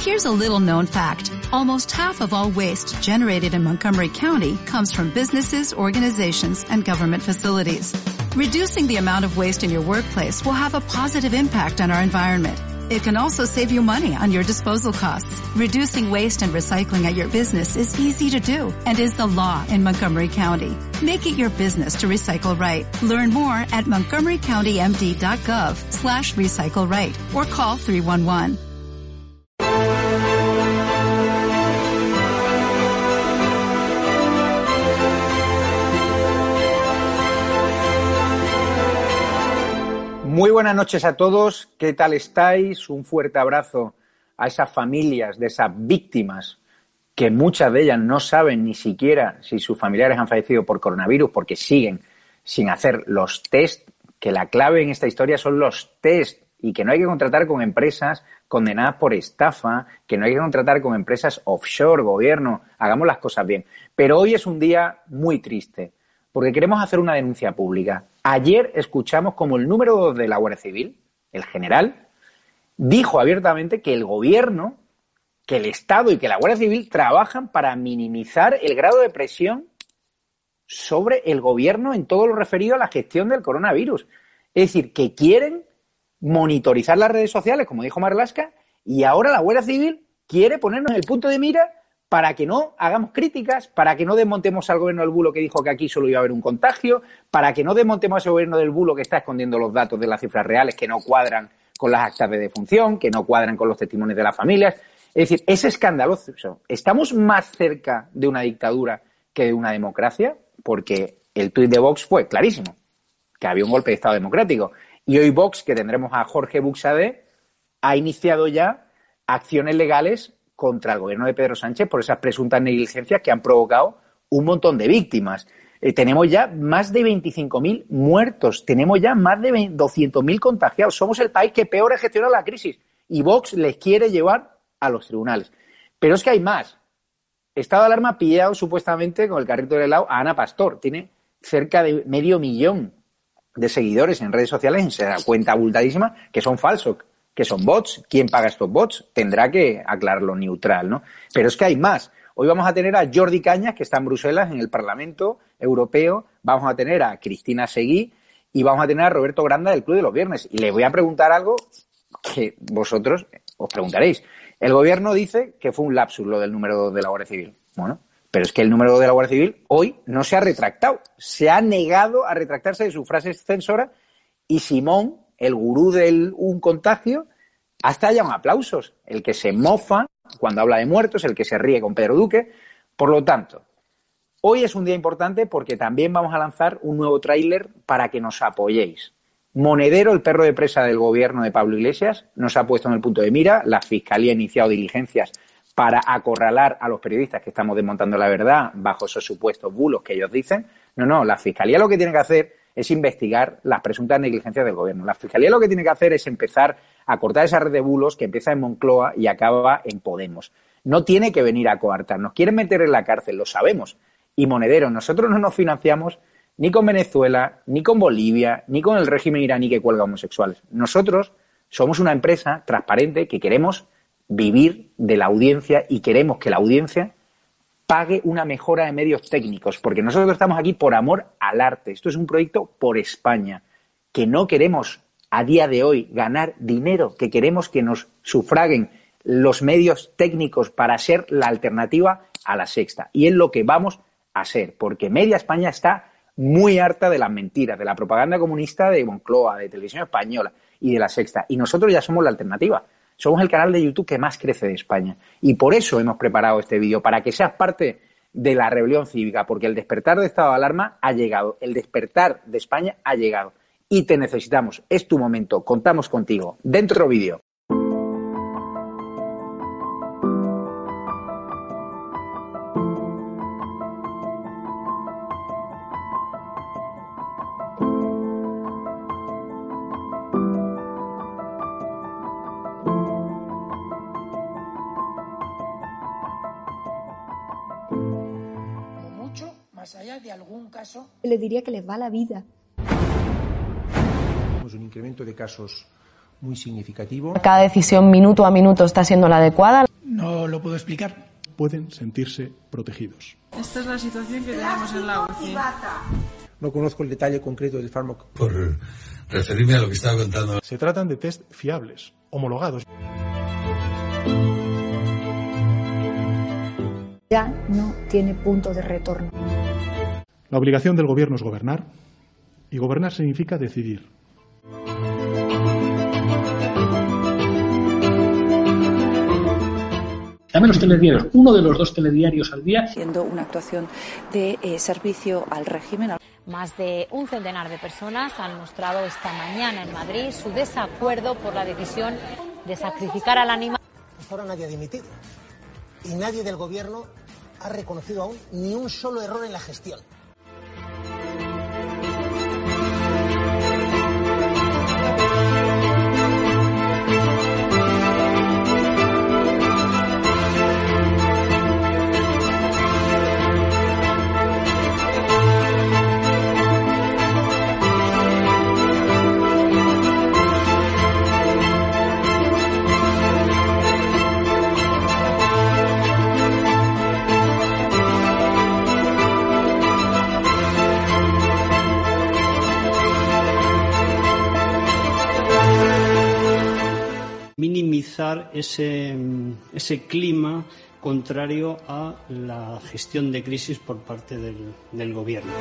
Here's a little-known fact. Almost half of all waste generated in Montgomery County comes from businesses, organizations, and government facilities. Reducing the amount of waste in your workplace will have a positive impact on our environment. It can also save you money on your disposal costs. Reducing waste and recycling at your business is easy to do and is the law in Montgomery County. Make it your business to recycle right. Learn more at montgomerycountymd.gov/recycle right or call 311. Muy buenas noches a todos, ¿qué tal estáis? Un fuerte abrazo a esas familias de esas víctimas que muchas de ellas no saben ni siquiera si sus familiares han fallecido por coronavirus porque siguen sin hacer los test, que la clave en esta historia son los test y que no hay que contratar con empresas condenadas por estafa, que no hay que contratar con empresas offshore, gobierno, hagamos las cosas bien. Pero hoy es un día muy triste porque queremos hacer una denuncia pública. Ayer escuchamos como el número 2 de la Guardia Civil, el general, dijo abiertamente que el gobierno, que el Estado y que la Guardia Civil trabajan para minimizar el grado de presión sobre el gobierno en todo lo referido a la gestión del coronavirus. Es decir, que quieren monitorizar las redes sociales, como dijo Marlaska, y ahora la Guardia Civil quiere ponernos el punto de mira para que no hagamos críticas, para que no desmontemos al gobierno del bulo que dijo que aquí solo iba a haber un contagio, para que no desmontemos a ese gobierno del bulo que está escondiendo los datos de las cifras reales que no cuadran con las actas de defunción, que no cuadran con los testimonios de las familias. Es decir, es escandaloso. ¿Estamos más cerca de una dictadura que de una democracia? Porque el tuit de Vox fue clarísimo, que había un golpe de Estado democrático. Y hoy Vox, que tendremos a Jorge Buxadé, ha iniciado ya acciones legales contra el gobierno de Pedro Sánchez por esas presuntas negligencias que han provocado un montón de víctimas. Tenemos ya más de 25.000 muertos, tenemos ya más de 200.000 contagiados. Somos el país que peor ha gestionado la crisis y Vox les quiere llevar a los tribunales. Pero es que hay más. Estado de alarma pillado supuestamente con el carrito del helado a Ana Pastor. Tiene cerca de 500.000 de seguidores en redes sociales en esa cuenta abultadísima que son falsos, que son bots. ¿Quién paga estos bots? Tendrá que aclararlo neutral, ¿no? Pero es que hay más. Hoy vamos a tener a Jordi Cañas, que está en Bruselas, en el Parlamento Europeo. Vamos a tener a Cristina Seguí y vamos a tener a Roberto Granda del Club de los Viernes. Y les voy a preguntar algo que vosotros os preguntaréis. El gobierno dice que fue un lapsus lo del número 2 de la Guardia Civil. Bueno, pero es que el número 2 de la Guardia Civil hoy no se ha retractado. Se ha negado a retractarse de su frase censora y Simón, el gurú del un contagio, hasta llaman aplausos. El que se mofa cuando habla de muertos, el que se ríe con Pedro Duque. Por lo tanto, hoy es un día importante porque también vamos a lanzar un nuevo tráiler para que nos apoyéis. Monedero, el perro de presa del gobierno de Pablo Iglesias, nos ha puesto en el punto de mira. La Fiscalía ha iniciado diligencias para acorralar a los periodistas que estamos desmontando la verdad bajo esos supuestos bulos que ellos dicen. No, la Fiscalía lo que tiene que hacer es investigar las presuntas negligencias del gobierno. La Fiscalía lo que tiene que hacer es empezar a cortar esa red de bulos que empieza en Moncloa y acaba en Podemos. No tiene que venir a coartarnos. Quieren meter en la cárcel, lo sabemos. Y Monedero, nosotros no nos financiamos ni con Venezuela, ni con Bolivia, ni con el régimen iraní que cuelga homosexuales. Nosotros somos una empresa transparente que queremos vivir de la audiencia y queremos que la audiencia pague una mejora de medios técnicos, porque nosotros estamos aquí por amor al arte. Esto es un proyecto por España, que no queremos a día de hoy ganar dinero, que queremos que nos sufraguen los medios técnicos para ser la alternativa a La Sexta. Y es lo que vamos a ser, porque Media España está muy harta de las mentiras, de la propaganda comunista de Moncloa, de Televisión Española y de La Sexta. Y nosotros ya somos la alternativa. Somos el canal de YouTube que más crece de España. Y por eso hemos preparado este vídeo, para que seas parte de la rebelión cívica, porque el despertar de estado de alarma ha llegado. El despertar de España ha llegado. Y te necesitamos. Es tu momento. Contamos contigo. Dentro vídeo. Más allá de algún caso, le diría que les va la vida. Tenemos un incremento de casos muy significativo. Cada decisión minuto a minuto está siendo la adecuada. No lo puedo explicar. Pueden sentirse protegidos. Esta es la situación que tenemos en la UCI. No conozco el detalle concreto del fármaco. Por referirme a lo que estaba contando. Se tratan de test fiables, homologados. Ya no tiene punto de retorno. La obligación del gobierno es gobernar, y gobernar significa decidir. Dame los telediarios, uno de los 2 telediarios al día. Haciendo una actuación de servicio al régimen. Más de un centenar de personas han mostrado esta mañana en Madrid su desacuerdo por la decisión de sacrificar al animal. Hasta ahora nadie ha dimitido y nadie del gobierno ha reconocido aún ni un solo error en la gestión. Minimizar ese clima contrario a la gestión de crisis por parte del gobierno.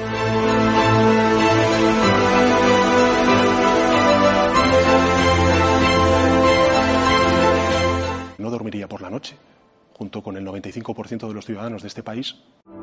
No dormiría por la noche, junto con el 95% de los ciudadanos de este país.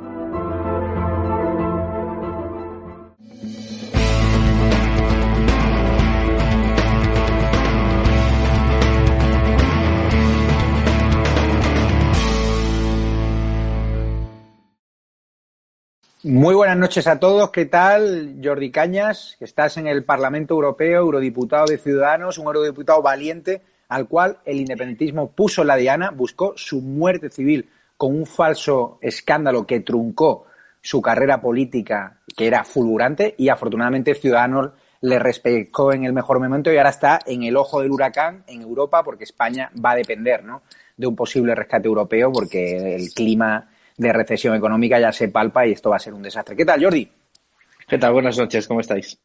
Muy buenas noches a todos. ¿Qué tal? Jordi Cañas, que estás en el Parlamento Europeo, eurodiputado de Ciudadanos, un eurodiputado valiente al cual el independentismo puso en la diana, buscó su muerte civil con un falso escándalo que truncó su carrera política, que era fulgurante, y afortunadamente Ciudadanos le respetó en el mejor momento y ahora está en el ojo del huracán en Europa, porque España va a depender, ¿no?, de un posible rescate europeo, porque el clima de recesión económica ya se palpa y esto va a ser un desastre. ¿Qué tal, Jordi? ¿Qué tal? Buenas noches, ¿cómo estáis?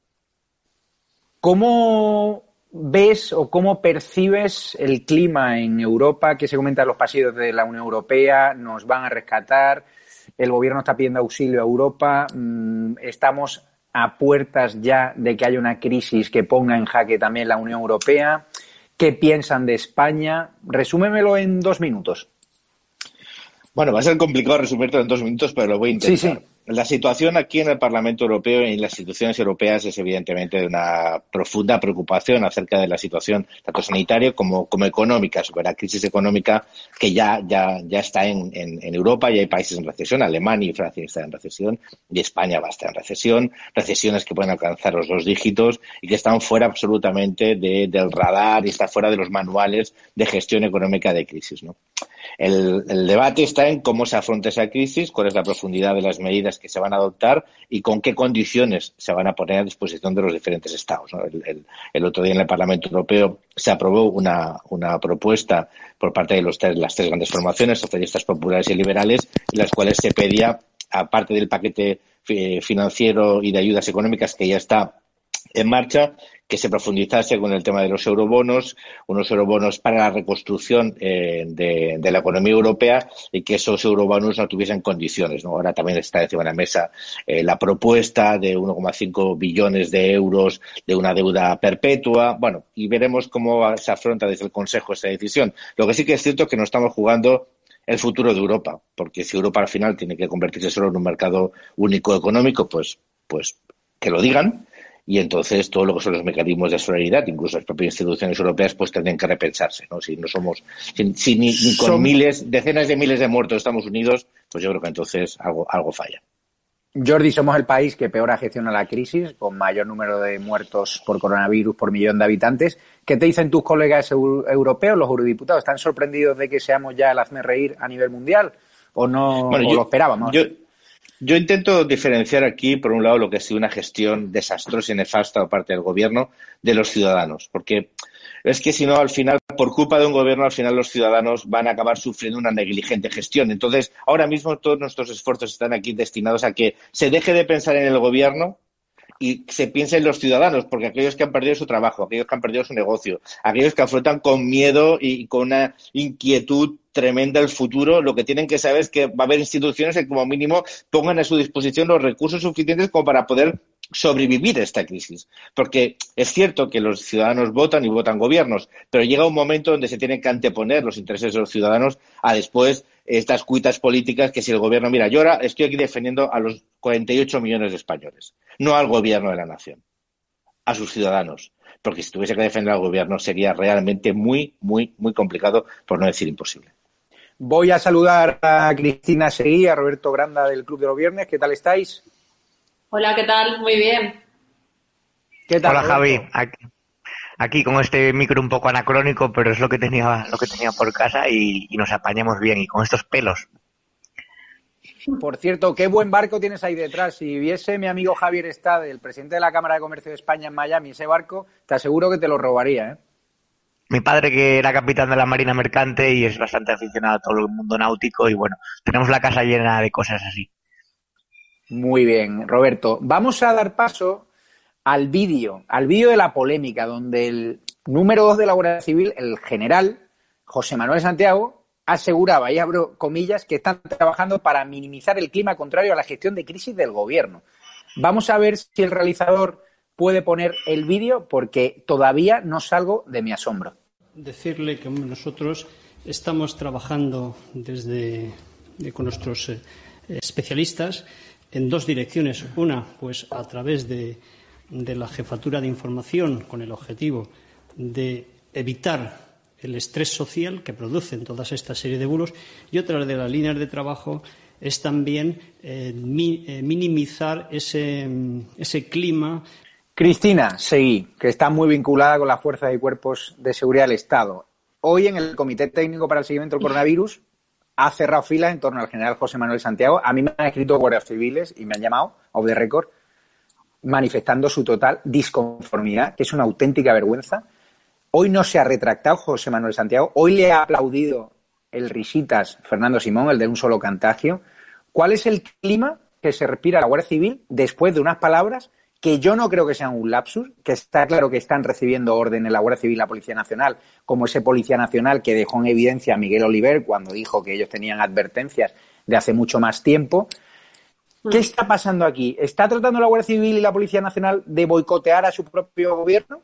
¿Cómo ves o cómo percibes el clima en Europa? ¿Qué se comenta en los pasillos de la Unión Europea? ¿Nos van a rescatar? El gobierno está pidiendo auxilio a Europa. Estamos a puertas ya de que haya una crisis que ponga en jaque también la Unión Europea. ¿Qué piensan de España? Resúmemelo en 2 minutos. Bueno, va a ser complicado resumirlo en 2 minutos, pero lo voy a intentar. Sí. La situación aquí en el Parlamento Europeo y en las instituciones europeas es evidentemente de una profunda preocupación acerca de la situación tanto sanitaria como económica, sobre la crisis económica que ya está en Europa. Y hay países en recesión, Alemania y Francia están en recesión y España va a estar en recesión, recesiones que pueden alcanzar los 2 dígitos y que están fuera absolutamente del radar y están fuera de los manuales de gestión económica de crisis, ¿no? El debate está en cómo se afronta esa crisis, cuál es la profundidad de las medidas que se van a adoptar y con qué condiciones se van a poner a disposición de los diferentes Estados, ¿no? El otro día en el Parlamento Europeo se aprobó una propuesta por parte de las 3 grandes formaciones, socialistas, populares y liberales, en las cuales se pedía, aparte del paquete financiero y de ayudas económicas que ya está en marcha, que se profundizase con el tema de los eurobonos, unos eurobonos para la reconstrucción de la economía europea y que esos eurobonos no tuviesen condiciones, ¿no? Ahora también está encima de la mesa la propuesta de 1,5 billones de euros de una deuda perpetua. Bueno, y veremos cómo se afronta desde el Consejo esta decisión. Lo que sí que es cierto es que no estamos jugando el futuro de Europa, porque si Europa al final tiene que convertirse solo en un mercado único económico, pues que lo digan. Y entonces todo lo que son los mecanismos de solidaridad, incluso las propias instituciones europeas, pues tendrían que repensarse, ¿no? Si no somos, si ni con decenas de miles de muertos estamos unidos, pues yo creo que entonces algo falla. Jordi, somos el país que peor gestiona la crisis, con mayor número de muertos por coronavirus por millón de habitantes. ¿Qué te dicen tus colegas europeos, los eurodiputados? ¿Están sorprendidos de que seamos ya el hazmerreír a nivel mundial? ¿O no? Bueno, o lo esperábamos? Yo intento diferenciar aquí, por un lado, lo que ha sido una gestión desastrosa y nefasta por parte del gobierno de los ciudadanos, porque es que si no, al final por culpa de un gobierno, al final los ciudadanos van a acabar sufriendo una negligente gestión. Entonces, ahora mismo todos nuestros esfuerzos están aquí destinados a que se deje de pensar en el gobierno y se piense en los ciudadanos, porque aquellos que han perdido su trabajo, aquellos que han perdido su negocio, aquellos que afrontan con miedo y con una inquietud tremenda el futuro, lo que tienen que saber es que va a haber instituciones que como mínimo pongan a su disposición los recursos suficientes como para poder sobrevivir a esta crisis. Porque es cierto que los ciudadanos votan y votan gobiernos, pero llega un momento donde se tienen que anteponer los intereses de los ciudadanos a después estas cuitas políticas que si el gobierno, mira, yo ahora estoy aquí defendiendo a los 48 millones de españoles, no al gobierno de la nación, a sus ciudadanos. Porque si tuviese que defender al gobierno sería realmente muy, muy, muy complicado, por no decir imposible. Voy a saludar a Cristina Seguí, a Roberto Granda del Club de los Viernes. ¿Qué tal estáis? Hola, ¿qué tal? Muy bien. ¿Qué tal, hola, Roberto? Javi. Aquí con este micro un poco anacrónico, pero es lo que tenía por casa y nos apañamos bien. Y con estos pelos. Por cierto, qué buen barco tienes ahí detrás. Si viese mi amigo Javier Estade, el presidente de la Cámara de Comercio de España en Miami, ese barco, te aseguro que te lo robaría, ¿eh? Mi padre, que era capitán de la Marina Mercante y es bastante aficionado a todo el mundo náutico, y bueno, tenemos la casa llena de cosas así. Muy bien, Roberto. Vamos a dar paso al vídeo de la polémica, donde el número 2 de la Guardia Civil, el general José Manuel Santiago, aseguraba, y abro comillas, que están trabajando para minimizar el clima contrario a la gestión de crisis del gobierno. Vamos a ver si el realizador puede poner el vídeo, porque todavía no salgo de mi asombro. Decirle que nosotros estamos trabajando con nuestros especialistas en dos direcciones. Una, pues a través de la jefatura de información, con el objetivo de evitar el estrés social que producen todas esta serie de bulos, y otra de las líneas de trabajo es también minimizar ese clima. Cristina Seguí, que está muy vinculada con las fuerzas y cuerpos de seguridad del Estado. Hoy en el Comité Técnico para el Seguimiento del Coronavirus ha cerrado filas en torno al general José Manuel Santiago. A mí me han escrito guardias civiles y me han llamado, off the record, manifestando su total disconformidad, que es una auténtica vergüenza. Hoy no se ha retractado José Manuel Santiago. Hoy le ha aplaudido el risitas Fernando Simón, el de un solo contagio. ¿Cuál es el clima que se respira a la Guardia Civil después de unas palabras que yo no creo que sean un lapsus, que está claro que están recibiendo órdenes la Guardia Civil y la Policía Nacional, como ese Policía Nacional que dejó en evidencia a Miguel Oliver cuando dijo que ellos tenían advertencias de hace mucho más tiempo? ¿Qué está pasando aquí? ¿Está tratando la Guardia Civil y la Policía Nacional de boicotear a su propio gobierno?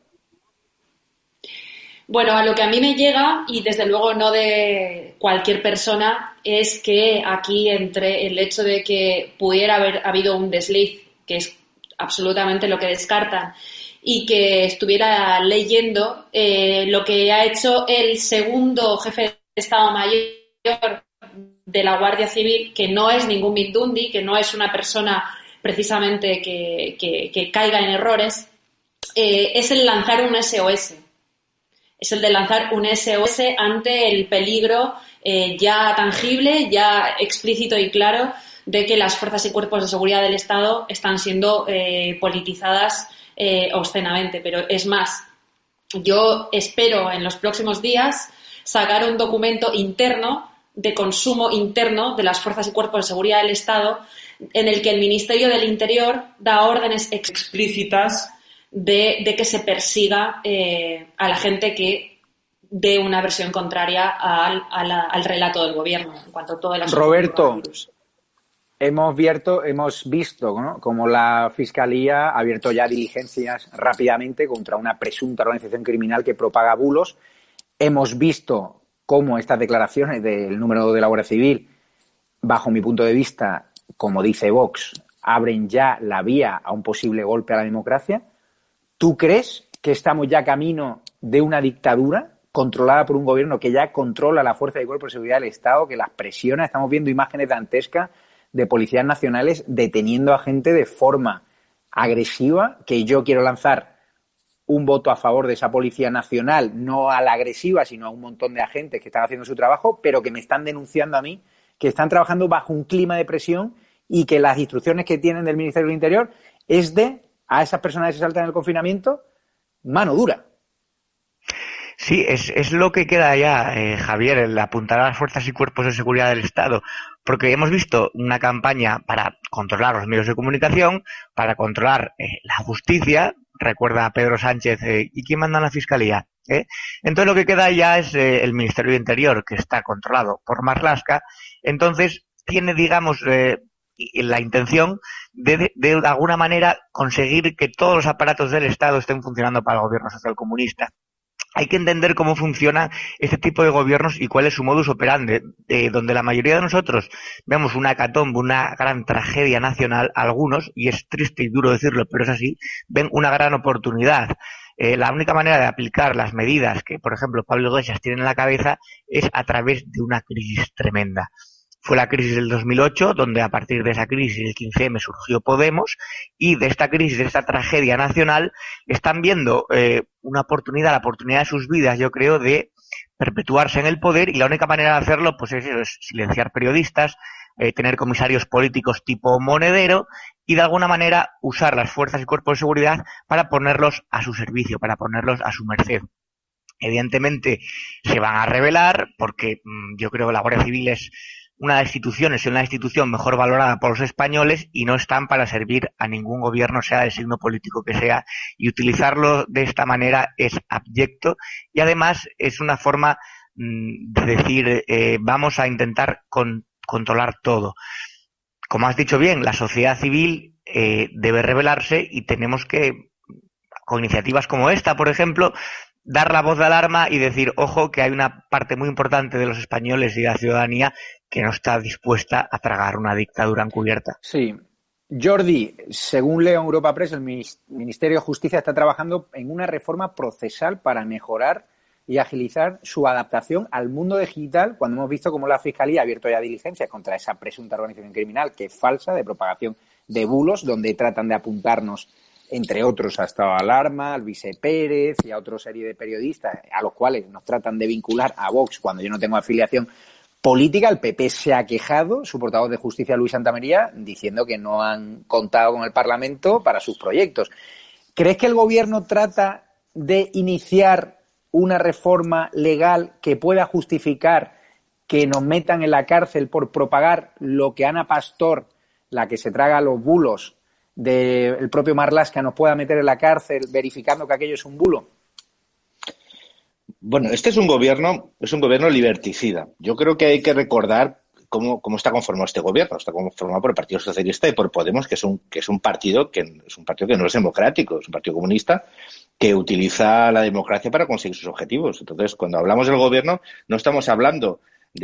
Bueno, a lo que a mí me llega, y desde luego no de cualquier persona, es que aquí entre el hecho de que pudiera haber habido un desliz, que es absolutamente lo que descartan, y que estuviera leyendo lo que ha hecho el segundo jefe de Estado Mayor de la Guardia Civil, que no es ningún mindundi, que no es una persona precisamente que caiga en errores, es el lanzar un SOS. Es el de lanzar un SOS ante el peligro ya tangible, ya explícito y claro de que las fuerzas y cuerpos de seguridad del Estado están siendo politizadas obscenamente. Pero es más, yo espero en los próximos días sacar un documento interno de consumo interno de las fuerzas y cuerpos de seguridad del Estado en el que el Ministerio del Interior da órdenes explícitas de que se persiga a la gente que dé una versión contraria al relato del gobierno en cuanto a todo el asunto. Roberto, hemos visto, ¿no?, como la Fiscalía ha abierto ya diligencias rápidamente contra una presunta organización criminal que propaga bulos. Hemos visto cómo estas declaraciones del número 2 de la Guardia Civil, bajo mi punto de vista, como dice Vox, abren ya la vía a un posible golpe a la democracia. ¿Tú crees que estamos ya camino de una dictadura controlada por un gobierno que ya controla la fuerza de cuerpo de seguridad del Estado, que las presiona? Estamos viendo imágenes dantescas de policías nacionales deteniendo a gente de forma agresiva, que yo quiero lanzar un voto a favor de esa Policía Nacional, no a la agresiva, sino a un montón de agentes que están haciendo su trabajo, pero que me están denunciando a mí, que están trabajando bajo un clima de presión y que las instrucciones que tienen del Ministerio del Interior es de, a esas personas que se saltan el confinamiento, mano dura. Sí, es lo que queda ya, Javier, el apuntar a las fuerzas y cuerpos de seguridad del Estado, porque hemos visto una campaña para controlar los medios de comunicación, para controlar la justicia. Recuerda a Pedro Sánchez, ¿y quién manda en la Fiscalía? Entonces lo que queda ya es el Ministerio de Interior, que está controlado por Marlaska. Entonces tiene, digamos, la intención de alguna manera conseguir que todos los aparatos del Estado estén funcionando para el gobierno socialcomunista. Hay que entender cómo funciona este tipo de gobiernos y cuál es su modus operandi, donde la mayoría de nosotros vemos una hecatombe, una gran tragedia nacional. Algunos, y es triste y duro decirlo, pero es así, ven una gran oportunidad. La única manera de aplicar las medidas que, por ejemplo, Pablo Iglesias tiene en la cabeza es a través de una crisis tremenda. Fue la crisis del 2008, donde a partir de esa crisis, el 15M, surgió Podemos, y de esta crisis, de esta tragedia nacional, están viendo una oportunidad, la oportunidad de sus vidas, yo creo, de perpetuarse en el poder, y la única manera de hacerlo pues es silenciar periodistas, tener comisarios políticos tipo Monedero, y de alguna manera usar las fuerzas y cuerpos de seguridad para ponerlos a su servicio, para ponerlos a su merced. Evidentemente se van a rebelar, porque yo creo que la Guardia Civil es una institución mejor valorada por los españoles y no están para servir a ningún gobierno, sea del signo político que sea, y utilizarlo de esta manera es abyecto, y además es una forma de decir vamos a intentar controlar todo. Como has dicho bien, la sociedad civil debe rebelarse, y tenemos que, con iniciativas como esta, por ejemplo, dar la voz de alarma y decir, ojo, que hay una parte muy importante de los españoles y de la ciudadanía que no está dispuesta a tragar una dictadura encubierta. Sí. Jordi, según leo en Europa Press, el Ministerio de Justicia está trabajando en una reforma procesal para mejorar y agilizar su adaptación al mundo digital, cuando hemos visto cómo la Fiscalía ha abierto ya diligencias contra esa presunta organización criminal que es falsa, de propagación de bulos, donde tratan de apuntarnos, entre otros, a Estado de Alarma, al Vice Pérez y a otra serie de periodistas, a los cuales nos tratan de vincular a Vox cuando yo no tengo afiliación política. El PP se ha quejado, su portavoz de Justicia, Luis Santamaría, diciendo que no han contado con el Parlamento para sus proyectos. ¿Crees que el Gobierno trata de iniciar una reforma legal que pueda justificar que nos metan en la cárcel por propagar lo que Ana Pastor, la que se traga los bulos del propio Marlaska, nos pueda meter en la cárcel verificando que aquello es un bulo? Bueno, este es un gobierno liberticida. Yo creo que hay que recordar cómo está conformado este gobierno. Está conformado por el Partido Socialista y por Podemos, que es un partido que no es democrático, es un partido comunista que utiliza la democracia para conseguir sus objetivos. Entonces, cuando hablamos del gobierno, no estamos hablando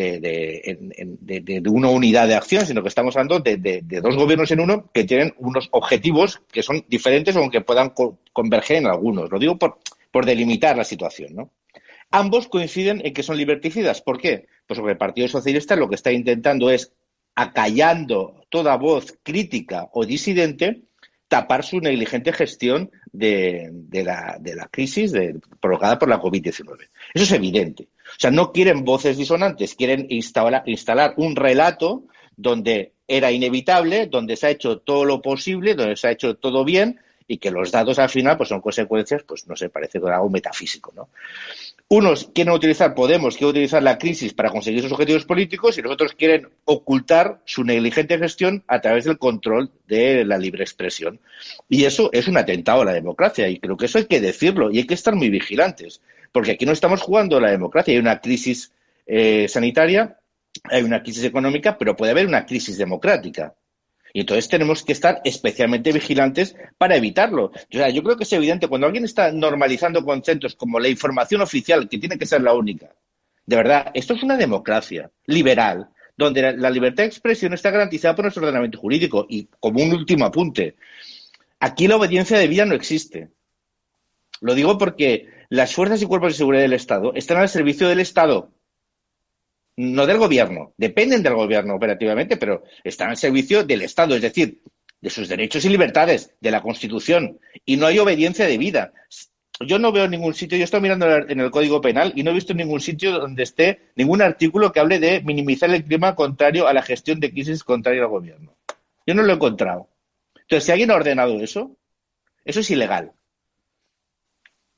de una unidad de acción, sino que estamos hablando de dos gobiernos en uno que tienen unos objetivos que son diferentes o que puedan converger en algunos. Lo digo por delimitar la situación, ¿no? Ambos coinciden en que son liberticidas. ¿Por qué? Pues porque el Partido Socialista lo que está intentando es, acallando toda voz crítica o disidente, tapar su negligente gestión de la crisis provocada por la COVID-19. Eso es evidente. O sea, no quieren voces disonantes, quieren instalar un relato donde era inevitable, donde se ha hecho todo lo posible, donde se ha hecho todo bien, y que los datos al final pues son consecuencias, pues no sé, parece que algo metafísico, ¿no? Unos quieren Podemos quiere utilizar la crisis para conseguir sus objetivos políticos, y los otros quieren ocultar su negligente gestión a través del control de la libre expresión. Y eso es un atentado a la democracia, y creo que eso hay que decirlo, y hay que estar muy vigilantes, porque aquí no estamos jugando a la democracia. Hay una crisis sanitaria, hay una crisis económica, pero puede haber una crisis democrática. Y entonces tenemos que estar especialmente vigilantes para evitarlo. O sea, yo creo que es evidente, cuando alguien está normalizando conceptos como la información oficial, que tiene que ser la única, de verdad, esto es una democracia liberal, donde la libertad de expresión está garantizada por nuestro ordenamiento jurídico. Y como un último apunte, aquí la obediencia debida no existe. Lo digo porque las fuerzas y cuerpos de seguridad del Estado están al servicio del Estado, no del gobierno. Dependen del gobierno operativamente, pero están al servicio del Estado, es decir, de sus derechos y libertades, de la Constitución. Y no hay obediencia debida. Yo no veo ningún sitio, yo estoy mirando en el Código Penal y no he visto ningún sitio donde esté ningún artículo que hable de minimizar el clima contrario a la gestión de crisis contraria al gobierno. Yo no lo he encontrado. Entonces, si alguien ha ordenado eso, eso es ilegal.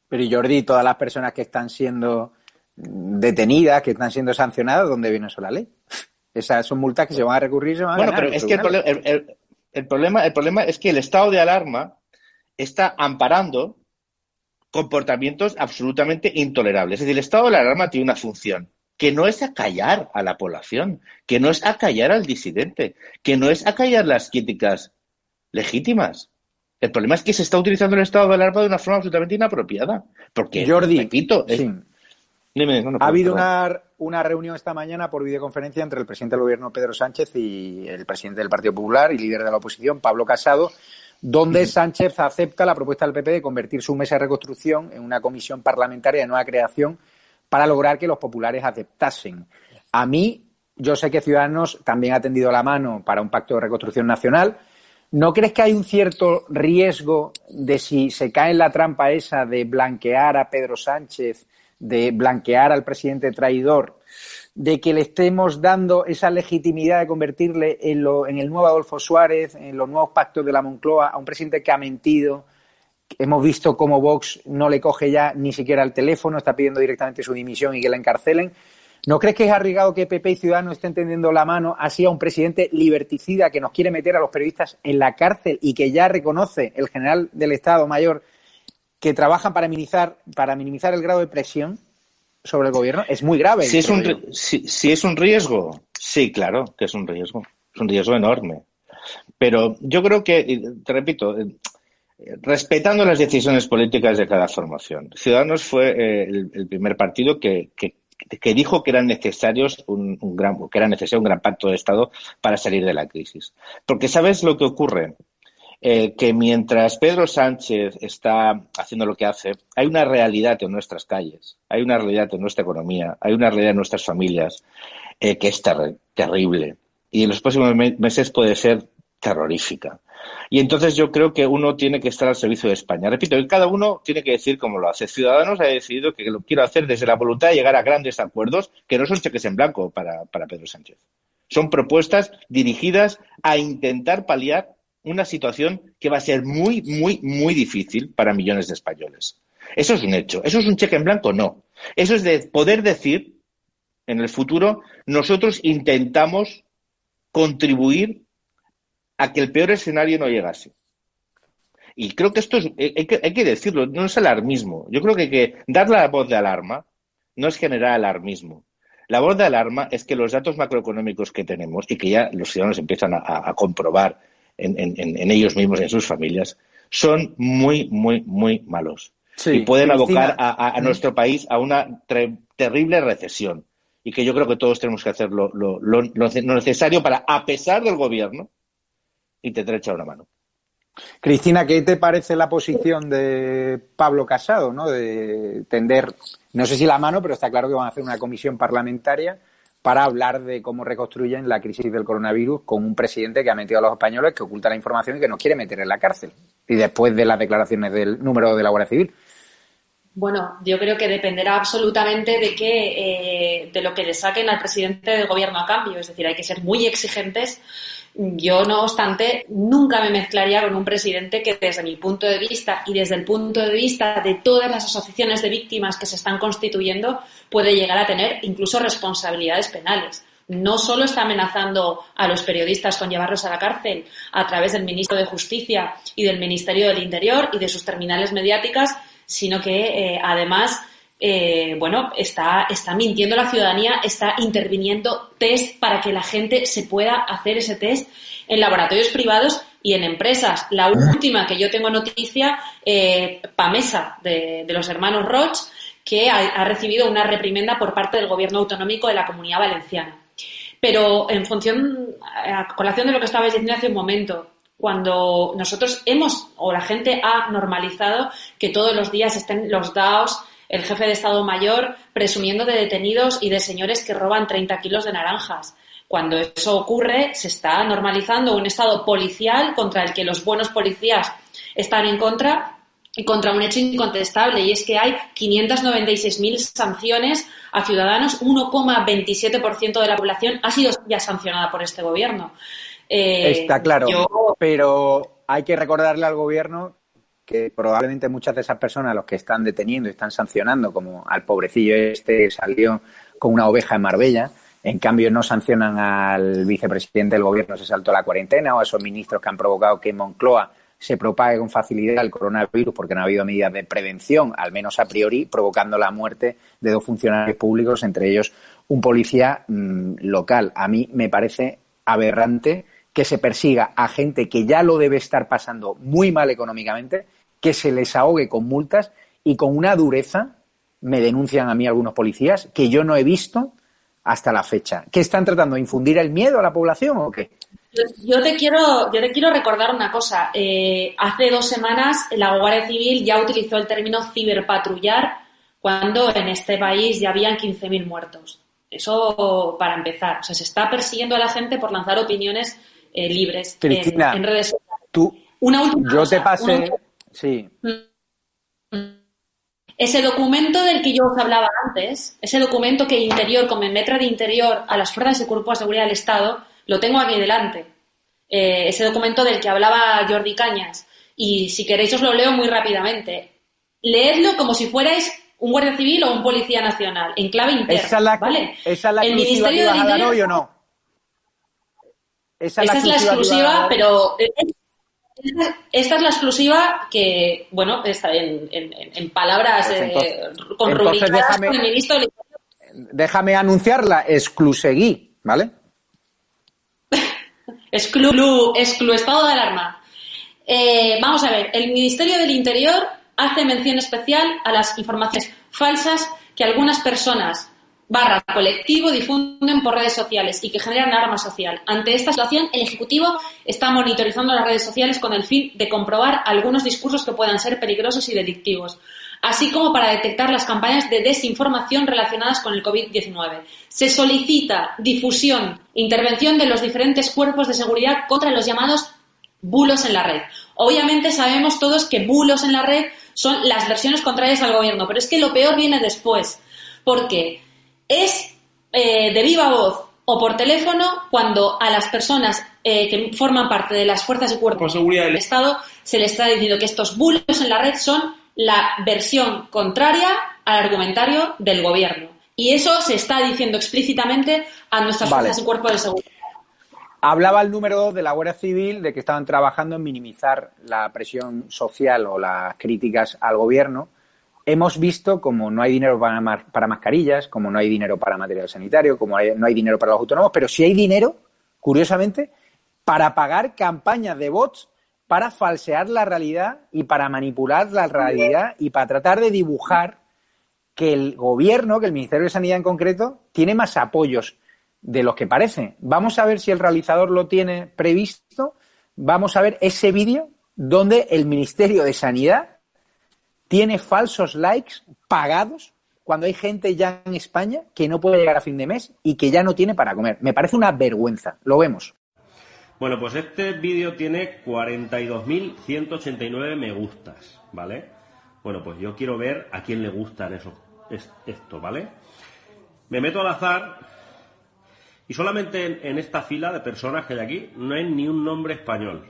Pero y Jordi, todas las personas que están siendo detenidas, que están siendo sancionadas, ¿dónde viene eso la ley? Esas son multas que se van a recurrir, se van a ganar. Bueno, pero es que el problema es que el estado de alarma está amparando comportamientos absolutamente intolerables. Es decir, el estado de alarma tiene una función, que no es acallar a la población, que no es acallar al disidente, que no es acallar las críticas legítimas. El problema es que se está utilizando el estado de alarma de una forma absolutamente inapropiada. Porque, Jordi, repito, sí. Ha habido una reunión esta mañana por videoconferencia entre el presidente del gobierno, Pedro Sánchez, y el presidente del Partido Popular y líder de la oposición, Pablo Casado, donde Sánchez acepta la propuesta del PP de convertir su mesa de reconstrucción en una comisión parlamentaria de nueva creación para lograr que los populares aceptasen. A mí, yo sé que Ciudadanos también ha tendido la mano para un pacto de reconstrucción nacional. ¿No crees que hay un cierto riesgo de, si se cae en la trampa esa de blanquear a Pedro Sánchez, de blanquear al presidente traidor, de que le estemos dando esa legitimidad de convertirle en el nuevo Adolfo Suárez, en los nuevos pactos de la Moncloa, a un presidente que ha mentido? Hemos visto cómo Vox no le coge ya ni siquiera el teléfono, está pidiendo directamente su dimisión y que la encarcelen. ¿No crees que es arriesgado que PP y Ciudadanos estén tendiendo la mano así a un presidente liberticida que nos quiere meter a los periodistas en la cárcel y que ya reconoce el general del Estado Mayor que trabajan para minimizar el grado de presión sobre el gobierno? Es muy grave. Si es un riesgo, sí, claro que es un riesgo. Es un riesgo enorme. Pero yo creo que, te repito, respetando las decisiones políticas de cada formación. Ciudadanos fue el primer partido que dijo que era necesario un gran pacto de Estado para salir de la crisis. Porque ¿sabes lo que ocurre? Que mientras Pedro Sánchez está haciendo lo que hace, hay una realidad en nuestras calles, hay una realidad en nuestra economía, hay una realidad en nuestras familias que es terrible. Y en los próximos meses puede ser terrorífica. Y entonces yo creo que uno tiene que estar al servicio de España. Repito, cada uno tiene que decir cómo lo hace. Ciudadanos ha decidido que lo quiere hacer desde la voluntad de llegar a grandes acuerdos, que no son cheques en blanco para Pedro Sánchez. Son propuestas dirigidas a intentar paliar una situación que va a ser muy, muy, muy difícil para millones de españoles. Eso es un hecho. ¿Eso es un cheque en blanco? No. Eso es de poder decir, en el futuro, nosotros intentamos contribuir a que el peor escenario no llegase. Y creo que esto hay que decirlo, no es alarmismo. Yo creo que hay que dar la voz de alarma no es generar alarmismo. La voz de alarma es que los datos macroeconómicos que tenemos y que ya los ciudadanos empiezan a comprobar en ellos mismos, en sus familias, son muy, muy, muy malos. Sí, y pueden abocar a nuestro país a una terrible recesión. Y que yo creo que todos tenemos que hacer lo necesario para, a pesar del gobierno, intentar echar una mano. Cristina, ¿qué te parece la posición de Pablo Casado, ¿no? De tender, no sé si la mano, pero está claro que van a hacer una comisión parlamentaria para hablar de cómo reconstruyen la crisis del coronavirus con un presidente que ha metido a los españoles, que oculta la información y que nos quiere meter en la cárcel? Y después de las declaraciones del número de la Guardia Civil. Bueno, yo creo que dependerá absolutamente de lo que le saquen al presidente del gobierno a cambio. Es decir, hay que ser muy exigentes. Yo, no obstante, nunca me mezclaría con un presidente que, desde mi punto de vista y desde el punto de vista de todas las asociaciones de víctimas que se están constituyendo, puede llegar a tener incluso responsabilidades penales. No solo está amenazando a los periodistas con llevarlos a la cárcel a través del ministro de Justicia y del Ministerio del Interior y de sus terminales mediáticas, sino que además está mintiendo a la ciudadanía, está interviniendo test para que la gente se pueda hacer ese test en laboratorios privados y en empresas. La última que yo tengo noticia, Pamesa, de los hermanos Roig, que ha recibido una reprimenda por parte del gobierno autonómico de la Comunidad Valenciana. Pero a colación de lo que estabais diciendo hace un momento, cuando nosotros la gente ha normalizado que todos los días estén los DAOs, el jefe de Estado Mayor, presumiendo de detenidos y de señores que roban 30 kilos de naranjas. Cuando eso ocurre, se está normalizando un Estado policial contra el que los buenos policías están en contra y contra un hecho incontestable, y es que hay 596.000 sanciones a ciudadanos, 1,27% de la población ha sido ya sancionada por este gobierno. Está claro, pero hay que recordarle al gobierno que probablemente muchas de esas personas, los que están deteniendo y están sancionando, como al pobrecillo este que salió con una oveja en Marbella, en cambio no sancionan al vicepresidente del gobierno, se saltó la cuarentena, o a esos ministros que han provocado que en Moncloa se propague con facilidad el coronavirus porque no ha habido medidas de prevención, al menos a priori, provocando la muerte de 2 funcionarios públicos, entre ellos un policía local. A mí me parece aberrante que se persiga a gente que ya lo debe estar pasando muy mal económicamente, que se les ahogue con multas y con una dureza, me denuncian a mí algunos policías, que yo no he visto hasta la fecha. ¿Qué están tratando? ¿De infundir el miedo a la población o qué? Yo te quiero recordar una cosa. Hace 2 semanas la Guardia Civil ya utilizó el término ciberpatrullar cuando en este país ya habían 15.000 muertos. Eso para empezar. O sea, se está persiguiendo a la gente por lanzar opiniones libres Cristina, en redes sociales. Yo te pasé... Sí. Ese documento del que yo os hablaba antes, ese documento que Interior, como en letra de Interior a las fuerzas y cuerpos de seguridad del Estado, lo tengo aquí delante. Ese documento del que hablaba Jordi Cañas. Y si queréis os lo leo muy rápidamente. Leedlo como si fuerais un guardia civil o un policía nacional, en clave interna, ¿vale? ¿Esa es la exclusiva que vas a dar hoy o no? Esa es la exclusiva, pero... Esta es la exclusiva que, bueno, está en palabras con rubricadas con el ministro del Interior. Déjame anunciarla, exclusegui, ¿vale? Exclu estado de alarma. Vamos a ver, el Ministerio del Interior hace mención especial a las informaciones falsas que algunas personas / colectivo difunden por redes sociales y que generan alarma social. Ante esta situación, el Ejecutivo está monitorizando las redes sociales con el fin de comprobar algunos discursos que puedan ser peligrosos y delictivos, así como para detectar las campañas de desinformación relacionadas con el COVID-19. Se solicita difusión e intervención de los diferentes cuerpos de seguridad contra los llamados bulos en la red. Obviamente sabemos todos que bulos en la red son las versiones contrarias al gobierno, pero es que lo peor viene después, porque es de viva voz o por teléfono cuando a las personas que forman parte de las fuerzas y cuerpos de seguridad del Estado se les está diciendo que estos bulos en la red son la versión contraria al argumentario del gobierno. Y eso se está diciendo explícitamente a nuestras fuerzas y cuerpos de seguridad. Hablaba el número 2 de la Guardia Civil de que estaban trabajando en minimizar la presión social o las críticas al gobierno. Hemos visto como no hay dinero para mascarillas, como no hay dinero para material sanitario, como no hay dinero para los autónomos, pero sí hay dinero, curiosamente, para pagar campañas de bots para falsear la realidad y para manipular la realidad y para tratar de dibujar que el gobierno, que el Ministerio de Sanidad en concreto, tiene más apoyos de los que parece. Vamos a ver si el realizador lo tiene previsto. Vamos a ver ese vídeo donde el Ministerio de Sanidad tiene falsos likes pagados cuando hay gente ya en España que no puede llegar a fin de mes y que ya no tiene para comer. Me parece una vergüenza. Lo vemos. Bueno, pues este vídeo tiene 42.189 me gustas, ¿vale? Bueno, pues yo quiero ver a quién le gustan esto, ¿vale? Me meto al azar y solamente en esta fila de personas que hay aquí no hay ni un nombre español.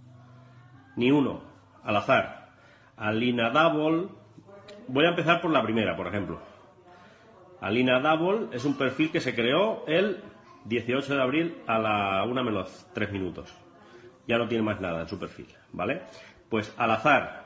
Ni uno, al azar. Alina Double, voy a empezar por la primera, por ejemplo. Alina Double es un perfil que se creó el 18 de abril a la 1:03. Ya no tiene más nada en su perfil, ¿vale? Pues al azar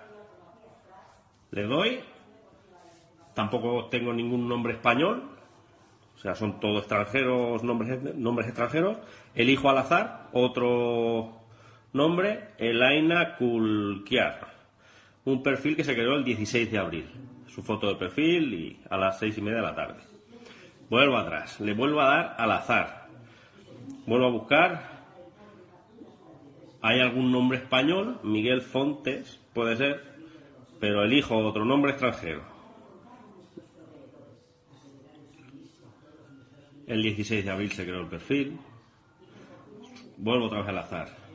le doy, tampoco tengo ningún nombre español, o sea, son todos extranjeros, nombres extranjeros. Elijo al azar otro nombre, Elaina Kulkiar. Un perfil que se creó el 16 de abril. Su foto de perfil y a las 6:30 de la tarde. Vuelvo atrás. Le vuelvo a dar al azar. Vuelvo a buscar. ¿Hay algún nombre español? Miguel Fontes, puede ser. Pero elijo otro nombre extranjero. El 16 de abril se creó el perfil. Vuelvo otra vez al azar.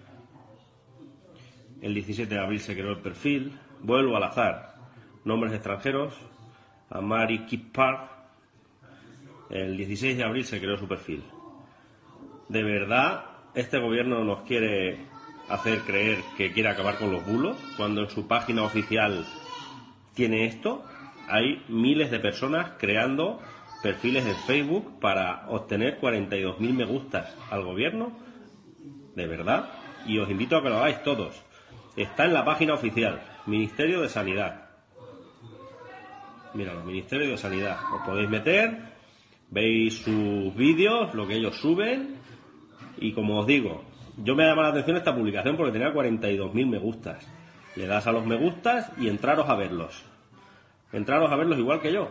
El 17 de abril se creó el perfil. Vuelvo al azar. Nombres extranjeros. Amari Kipar. El 16 de abril se creó su perfil. De verdad, este gobierno nos quiere hacer creer que quiere acabar con los bulos, cuando en su página oficial tiene esto. Hay miles de personas creando perfiles en Facebook para obtener 42.000 me gustas al gobierno, de verdad, y os invito a que lo hagáis todos. Está en la página oficial, Ministerio de Sanidad. Míralo, Ministerio de Sanidad. Os podéis meter, veis sus vídeos, lo que ellos suben, y como os digo, yo me ha llamado la atención esta publicación porque tenía 42.000 me gustas. Le das a los me gustas y entraros a verlos. Entraros a verlos igual que yo.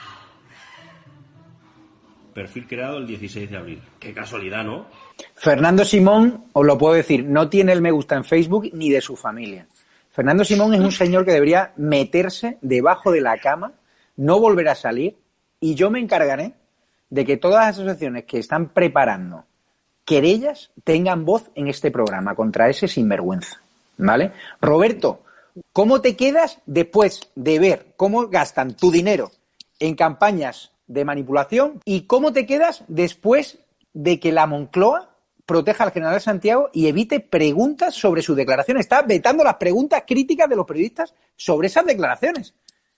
Perfil creado el 16 de abril. Qué casualidad, ¿no? Fernando Simón, os lo puedo decir, no tiene el me gusta en Facebook ni de su familia. Fernando Simón es un señor que debería meterse debajo de la cama, no volver a salir, y yo me encargaré de que todas las asociaciones que están preparando querellas tengan voz en este programa contra ese sinvergüenza, ¿vale? Roberto, ¿cómo te quedas después de ver cómo gastan tu dinero en campañas de manipulación y cómo te quedas después de que la Moncloa proteja al general Santiago y evite preguntas sobre sus declaraciones? Está vetando las preguntas críticas de los periodistas sobre esas declaraciones.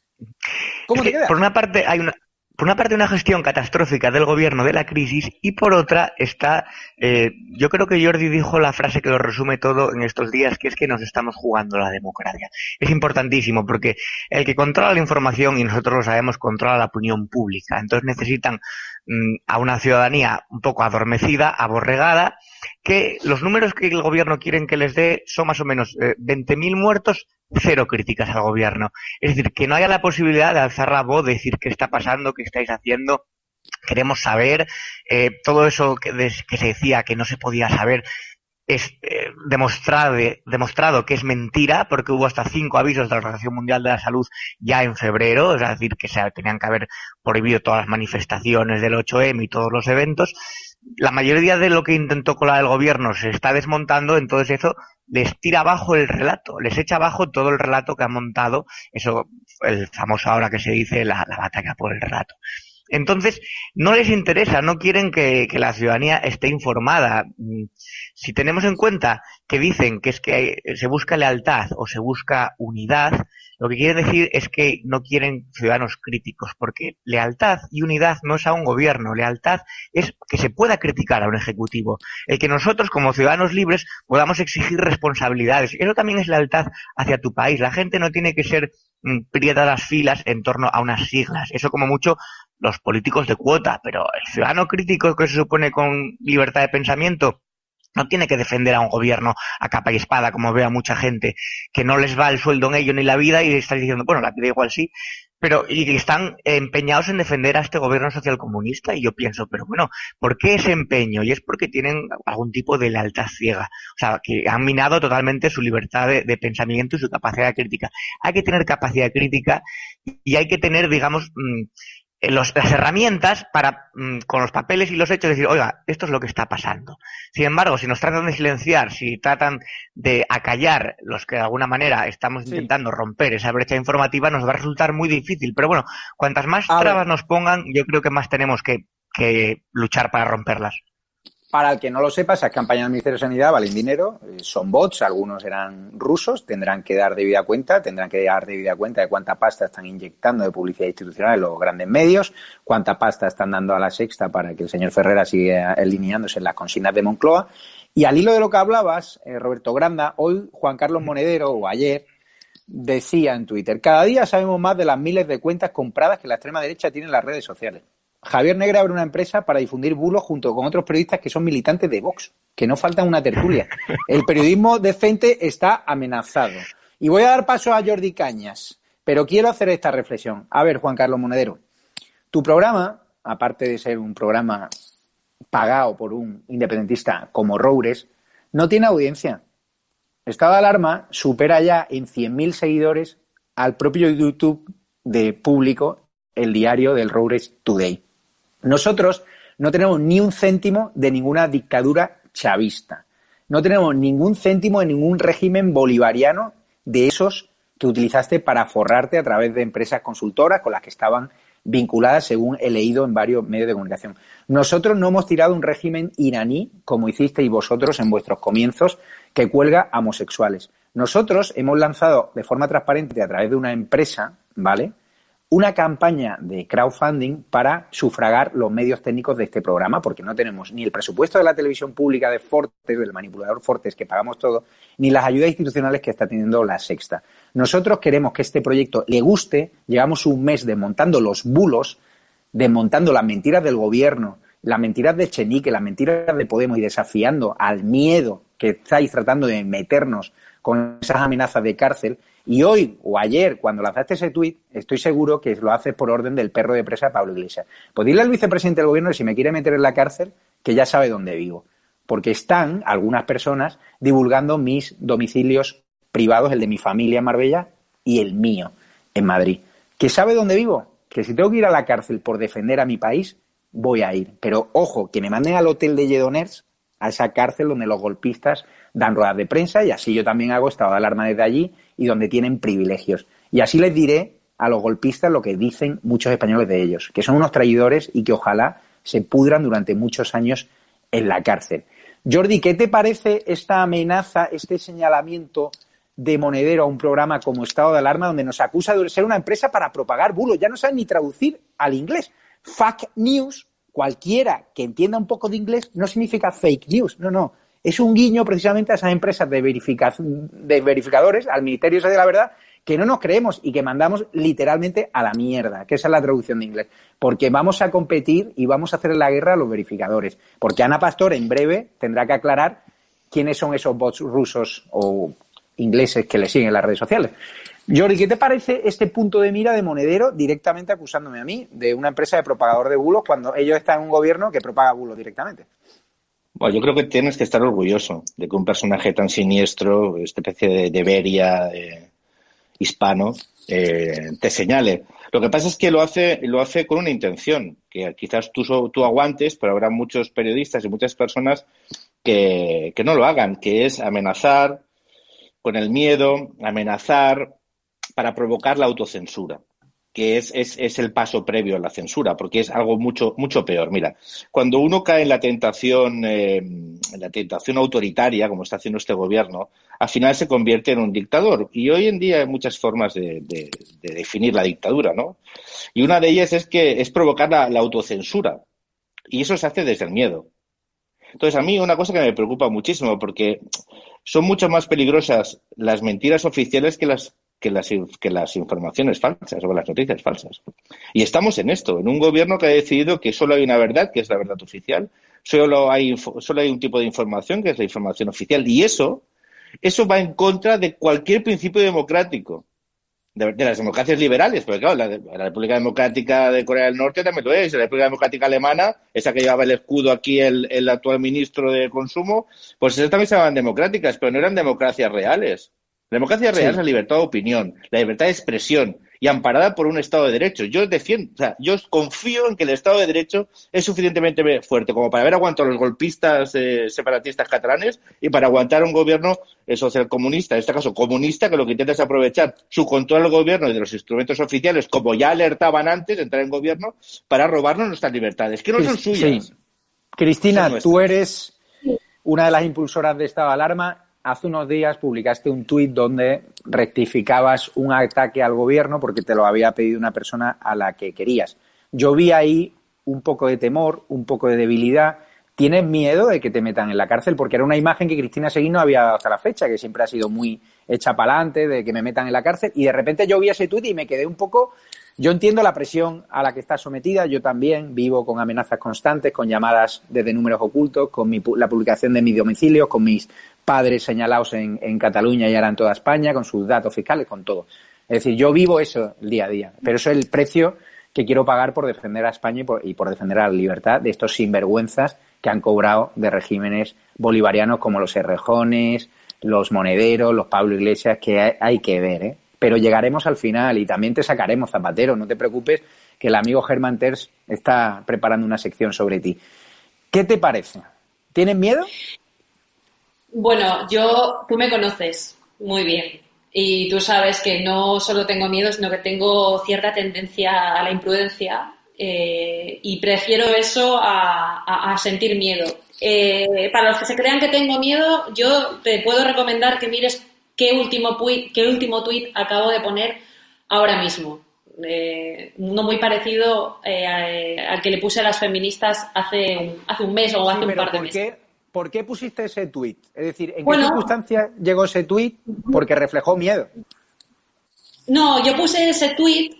¿Cómo te quedas? Por una parte hay una gestión catastrófica del gobierno de la crisis y por otra está, yo creo que Jordi dijo la frase que lo resume todo en estos días, que es que nos estamos jugando la democracia. Es importantísimo porque el que controla la información, y nosotros lo sabemos, controla la opinión pública. Entonces necesitan a una ciudadanía un poco adormecida, aborregada, que los números que el gobierno quieren que les dé son más o menos 20.000 muertos, 0 críticas al gobierno. Es decir, que no haya la posibilidad de alzar la voz, de decir qué está pasando, qué estáis haciendo. Queremos saber, todo eso que se decía que no se podía saber es demostrado que es mentira, porque hubo hasta 5 avisos de la Organización Mundial de la Salud ya en febrero, es decir, que se tenían que haber prohibido todas las manifestaciones del 8M y todos los eventos. La mayoría de lo que intentó colar el gobierno se está desmontando, entonces eso les tira abajo el relato, les echa abajo todo el relato que han montado, eso, el famoso ahora que se dice la batalla por el relato. Entonces, no les interesa, no quieren que la ciudadanía esté informada. Si tenemos en cuenta que dicen que es que se busca lealtad o se busca unidad, lo que quieren decir es que no quieren ciudadanos críticos, porque lealtad y unidad no es a un gobierno, lealtad es que se pueda criticar a un ejecutivo, el que nosotros como ciudadanos libres podamos exigir responsabilidades. Eso también es lealtad hacia tu país. La gente no tiene que ser prieta las filas en torno a unas siglas. Eso como mucho los políticos de cuota, pero el ciudadano crítico que se supone con libertad de pensamiento no tiene que defender a un gobierno a capa y espada, como veo a mucha gente, que no les va el sueldo en ello ni la vida y están diciendo, bueno, la vida igual sí, pero y están empeñados en defender a este gobierno socialcomunista. Y yo pienso, pero bueno, ¿por qué ese empeño? Y es porque tienen algún tipo de lealtad ciega, o sea, que han minado totalmente su libertad de pensamiento y su capacidad de crítica. Hay que tener capacidad crítica y hay que tener, digamos, las herramientas para, con los papeles y los hechos, decir, oiga, esto es lo que está pasando. Sin embargo, si nos tratan de silenciar, si tratan de acallar los que de alguna manera estamos intentando romper esa brecha informativa, nos va a resultar muy difícil. Pero bueno, cuantas más trabas nos pongan, yo creo que más tenemos que luchar para romperlas. Para el que no lo sepa, esas campañas del Ministerio de Sanidad valen dinero, son bots, algunos eran rusos, tendrán que dar debida cuenta de cuánta pasta están inyectando de publicidad institucional en los grandes medios, cuánta pasta están dando a La Sexta para que el señor Ferrera siga alineándose en las consignas de Moncloa. Y al hilo de lo que hablabas, Roberto Granda, hoy Juan Carlos Monedero, o ayer, decía en Twitter, cada día sabemos más de las miles de cuentas compradas que la extrema derecha tiene en las redes sociales. Javier Negre abre una empresa para difundir bulos junto con otros periodistas que son militantes de Vox, que no falta una tertulia. El periodismo decente está amenazado. Y voy a dar paso a Jordi Cañas, pero quiero hacer esta reflexión. A ver, Juan Carlos Monedero, tu programa, aparte de ser un programa pagado por un independentista como Roures, no tiene audiencia. Estado de alarma supera ya en 100.000 seguidores al propio YouTube de Público, el diario del Roures Today. Nosotros no tenemos ni un céntimo de ninguna dictadura chavista. No tenemos ningún céntimo de ningún régimen bolivariano de esos que utilizaste para forrarte a través de empresas consultoras con las que estaban vinculadas, según he leído en varios medios de comunicación. Nosotros no hemos tirado un régimen iraní, como hicisteis vosotros en vuestros comienzos, que cuelga a homosexuales. Nosotros hemos lanzado de forma transparente a través de una empresa, ¿vale?, una campaña de crowdfunding para sufragar los medios técnicos de este programa, porque no tenemos ni el presupuesto de la televisión pública de Fortes, del manipulador Fortes, que pagamos todo, ni las ayudas institucionales que está teniendo La Sexta. Nosotros queremos que este proyecto le guste. Llevamos un mes desmontando los bulos, desmontando las mentiras del gobierno, las mentiras de Echenique, las mentiras de Podemos y desafiando al miedo que estáis tratando de meternos con esas amenazas de cárcel. Y hoy o ayer, cuando lanzaste ese tuit, estoy seguro que lo haces por orden del perro de presa de Pablo Iglesias. Pues dile al vicepresidente del gobierno que si me quiere meter en la cárcel, que ya sabe dónde vivo. Porque están algunas personas divulgando mis domicilios privados, el de mi familia en Marbella y el mío en Madrid. ¿Que sabe dónde vivo? Que si tengo que ir a la cárcel por defender a mi país, voy a ir. Pero ojo, que me manden al hotel de Lledoners, a esa cárcel donde los golpistas dan ruedas de prensa, y así yo también hago estado de alarma desde allí, y donde tienen privilegios. Y así les diré a los golpistas lo que dicen muchos españoles de ellos, que son unos traidores y que ojalá se pudran durante muchos años en la cárcel. Jordi, ¿qué te parece esta amenaza, este señalamiento de Monedero a un programa como Estado de Alarma, donde nos acusa de ser una empresa para propagar bulos? Ya no saben ni traducir al inglés. Fake news, cualquiera que entienda un poco de inglés, no significa fake news, no. Es un guiño precisamente a esas empresas de verificadores, al Ministerio de la Verdad, que no nos creemos y que mandamos literalmente a la mierda, que esa es la traducción de inglés. Porque vamos a competir y vamos a hacer la guerra a los verificadores. Porque Ana Pastor en breve tendrá que aclarar quiénes son esos bots rusos o ingleses que le siguen en las redes sociales. Jordi, ¿qué te parece este punto de mira de Monedero directamente acusándome a mí de una empresa de propagador de bulos cuando ellos están en un gobierno que propaga bulos directamente? Bueno, yo creo que tienes que estar orgulloso de que un personaje tan siniestro, esta especie de Beria hispano, te señale. Lo que pasa es que lo hace con una intención, que quizás tú aguantes, pero habrá muchos periodistas y muchas personas que no lo hagan, que es amenazar con el miedo, amenazar para provocar la autocensura, que es el paso previo a la censura, porque es algo mucho peor. Mira, cuando uno cae en la tentación autoritaria, como está haciendo este gobierno, al final se convierte en un dictador. Y hoy en día hay muchas formas de definir la dictadura, ¿no? Y una de ellas es provocar la autocensura. Y eso se hace desde el miedo. Entonces, a mí una cosa que me preocupa muchísimo, porque son mucho más peligrosas las mentiras oficiales que las informaciones falsas o las noticias falsas. Y estamos en esto, en un gobierno que ha decidido que solo hay una verdad, que es la verdad oficial, solo hay un tipo de información, que es la información oficial, y eso va en contra de cualquier principio democrático, de las democracias liberales, porque claro, la República Democrática de Corea del Norte también lo es, la República Democrática Alemana, esa que llevaba el escudo aquí el actual ministro de Consumo, pues esas también se llamaban democráticas, pero no eran democracias reales. La democracia real es la libertad de opinión, la libertad de expresión y amparada por un Estado de Derecho. Yo confío en que el Estado de Derecho es suficientemente fuerte como para haber aguantado a los golpistas separatistas catalanes y para aguantar un gobierno socialcomunista, en este caso comunista, que lo que intenta es aprovechar su control del gobierno y de los instrumentos oficiales, como ya alertaban antes de entrar en gobierno, para robarnos nuestras libertades, que no son suyas. Sí. Cristina, tú eres una de las impulsoras de Estado de Alarma. Hace unos días publicaste un tuit donde rectificabas un ataque al gobierno porque te lo había pedido una persona a la que querías. Yo vi ahí un poco de temor, un poco de debilidad. ¿Tienes miedo de que te metan en la cárcel? Porque era una imagen que Cristina Seguí no había dado hasta la fecha, que siempre ha sido muy hecha para adelante, de que me metan en la cárcel. Y de repente yo vi ese tuit y me quedé un poco... Yo entiendo la presión a la que estás sometida. Yo también vivo con amenazas constantes, con llamadas desde números ocultos, con la publicación de mis domicilios, con mis padres señalados en Cataluña y ahora en toda España, con sus datos fiscales, con todo. Es decir, yo vivo eso el día a día. Pero eso es el precio que quiero pagar por defender a España y por defender a la libertad de estos sinvergüenzas que han cobrado de regímenes bolivarianos como los Errejones, los Monederos, los Pablo Iglesias, que hay que ver, ¿eh? Pero llegaremos al final y también te sacaremos, Zapatero, no te preocupes, que el amigo Germán Terç está preparando una sección sobre ti. ¿Qué te parece? ¿Tienes miedo? Bueno, tú me conoces muy bien Y tú sabes que no solo tengo miedo, sino que tengo cierta tendencia a la imprudencia y prefiero eso a sentir miedo. Para los que se crean que tengo miedo, yo te puedo recomendar que mires qué último tuit acabo de poner ahora mismo. Uno muy parecido al que le puse a las feministas hace un mes o hace un par de meses. ¿Por qué pusiste ese tuit? Es decir, ¿en qué circunstancias llegó ese tuit? Porque reflejó miedo. No, yo puse ese tuit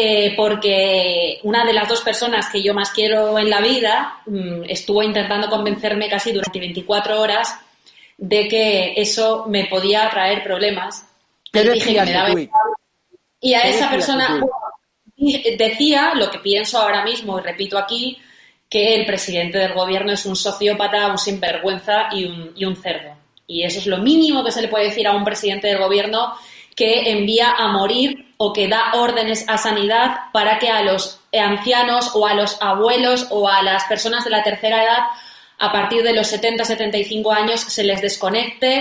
porque una de las dos personas que yo más quiero en la vida estuvo intentando convencerme casi durante 24 horas de que eso me podía traer problemas. ¿Qué decía ese tuit? Y a esa persona decía lo que pienso ahora mismo, y repito aquí, que el presidente del gobierno es un sociópata, un sinvergüenza y un cerdo. Y eso es lo mínimo que se le puede decir a un presidente del gobierno, que envía a morir o que da órdenes a sanidad para que a los ancianos o a los abuelos o a las personas de la tercera edad, a partir de los 70-75 años, se les desconecte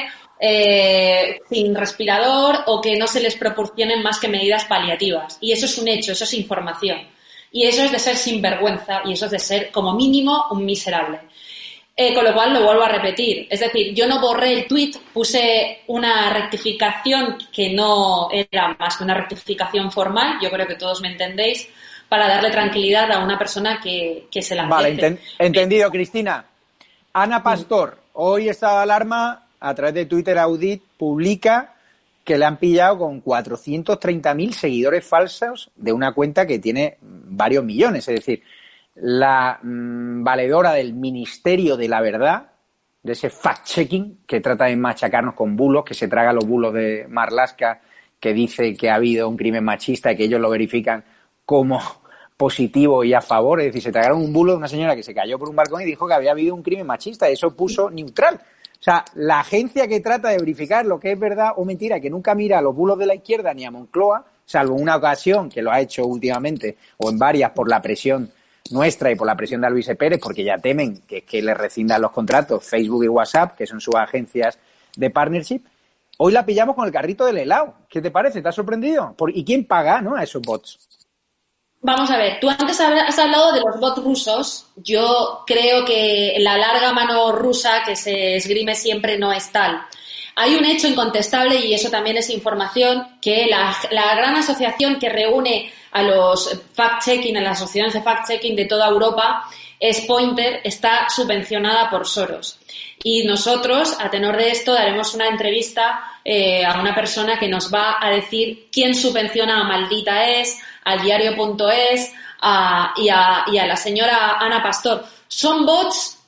sin respirador o que no se les proporcionen más que medidas paliativas. Y eso es un hecho, eso es información. Y eso es de ser sinvergüenza y eso es de ser, como mínimo, un miserable. Con lo cual, lo vuelvo a repetir. Es decir, yo no borré el tuit, puse una rectificación que no era más que una rectificación formal, yo creo que todos me entendéis, para darle tranquilidad a una persona que se la merece. Vale, entendido, Cristina. Ana Pastor, hoy Estado de Alarma, a través de Twitter Audit, publica que le han pillado con 430.000 seguidores falsos de una cuenta que tiene varios millones. Es decir, la valedora del Ministerio de la Verdad, de ese fact-checking que trata de machacarnos con bulos, que se traga los bulos de Marlaska, que dice que ha habido un crimen machista y que ellos lo verifican como positivo y a favor. Es decir, se tragaron un bulo de una señora que se cayó por un balcón y dijo que había habido un crimen machista. Eso puso neutral. O sea, la agencia que trata de verificar lo que es verdad o mentira, que nunca mira a los bulos de la izquierda ni a Moncloa, salvo en una ocasión que lo ha hecho últimamente, o en varias por la presión nuestra y por la presión de Luis Pérez, porque ya temen que les rescindan los contratos Facebook y WhatsApp, que son sus agencias de partnership. Hoy la pillamos con el carrito del helado. ¿Qué te parece? ¿Te has sorprendido? ¿Y quién paga, no, a esos bots? Vamos a ver, tú antes has hablado de los bots rusos. Yo creo que la larga mano rusa que se esgrime siempre no es tal. Hay un hecho incontestable, y eso también es información, que la gran asociación que reúne a los fact-checking, a las asociaciones de fact-checking de toda Europa, es Pointer, está subvencionada por Soros. Y nosotros, a tenor de esto, daremos una entrevista a una persona que nos va a decir quién subvenciona a Maldita Es, al diario.es y a la señora Ana Pastor. Son bots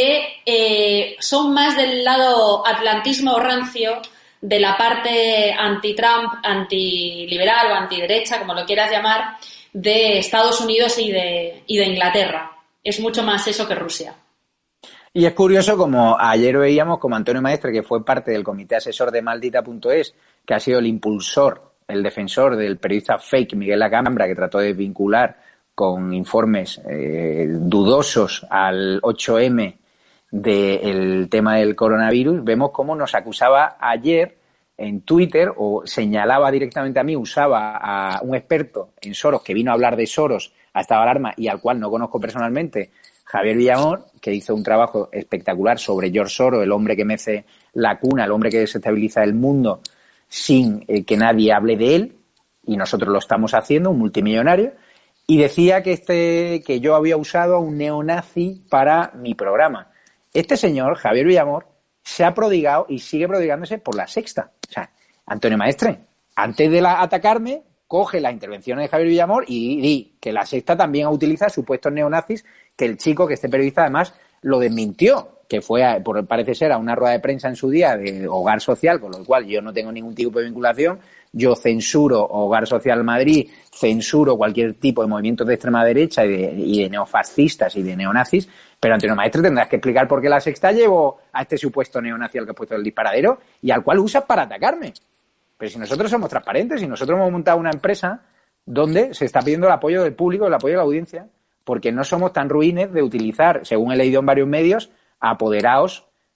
que son más del lado atlantismo rancio, de la parte anti-Trump, antiliberal o antiderecha, como lo quieras llamar, de Estados Unidos y de Inglaterra. Es mucho más eso que Rusia. Y es curioso, como ayer veíamos, como Antonio Maestre, que fue parte del comité asesor de Maldita.es, que ha sido el impulsor, el defensor del periodista fake Miguel Lacambra, que trató de vincular con informes dudosos al 8M del tema del coronavirus. Vemos cómo nos acusaba ayer en Twitter, o señalaba directamente a mí, usaba a un experto en Soros que vino a hablar de Soros a Estado de Alarma y al cual no conozco personalmente, Javier Villamor, que hizo un trabajo espectacular sobre George Soros, el hombre que mece la cuna, el hombre que desestabiliza el mundo sin que nadie hable de él, y nosotros lo estamos haciendo, un multimillonario, y decía que yo había usado a un neonazi para mi programa. Este señor, Javier Villamor, se ha prodigado y sigue prodigándose por La Sexta. O sea, Antonio Maestre, antes de atacarme, coge las intervenciones de Javier Villamor y di que La Sexta también utiliza supuestos neonazis, que el chico, que este periodista además lo desmintió, que fue, parece ser, a una rueda de prensa en su día de Hogar Social, con lo cual yo no tengo ningún tipo de vinculación. Yo censuro Hogar Social Madrid, censuro cualquier tipo de movimientos de extrema derecha y de neofascistas y de neonazis, pero Antonio Maestre tendrás que explicar por qué La Sexta llevó a este supuesto neonazi al que ha puesto el disparadero y al cual usas para atacarme. Pero si nosotros somos transparentes, si nosotros hemos montado una empresa donde se está pidiendo el apoyo del público, el apoyo de la audiencia, porque no somos tan ruines de utilizar, según he leído en varios medios, apoderados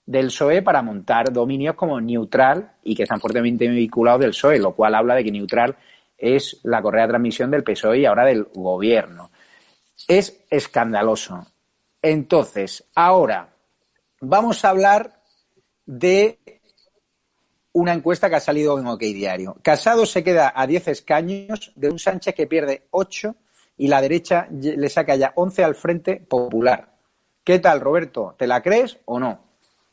del PSOE para montar dominios como Neutral y que están fuertemente vinculados del PSOE, lo cual habla de que Neutral es la correa de transmisión del PSOE y ahora del gobierno. Es escandaloso. Entonces, ahora vamos a hablar de una encuesta que ha salido en OK Diario. Casado se queda a 10 escaños de un Sánchez que pierde 8 y la derecha le saca ya 11 al Frente Popular. ¿Qué tal, Roberto? ¿Te la crees o no?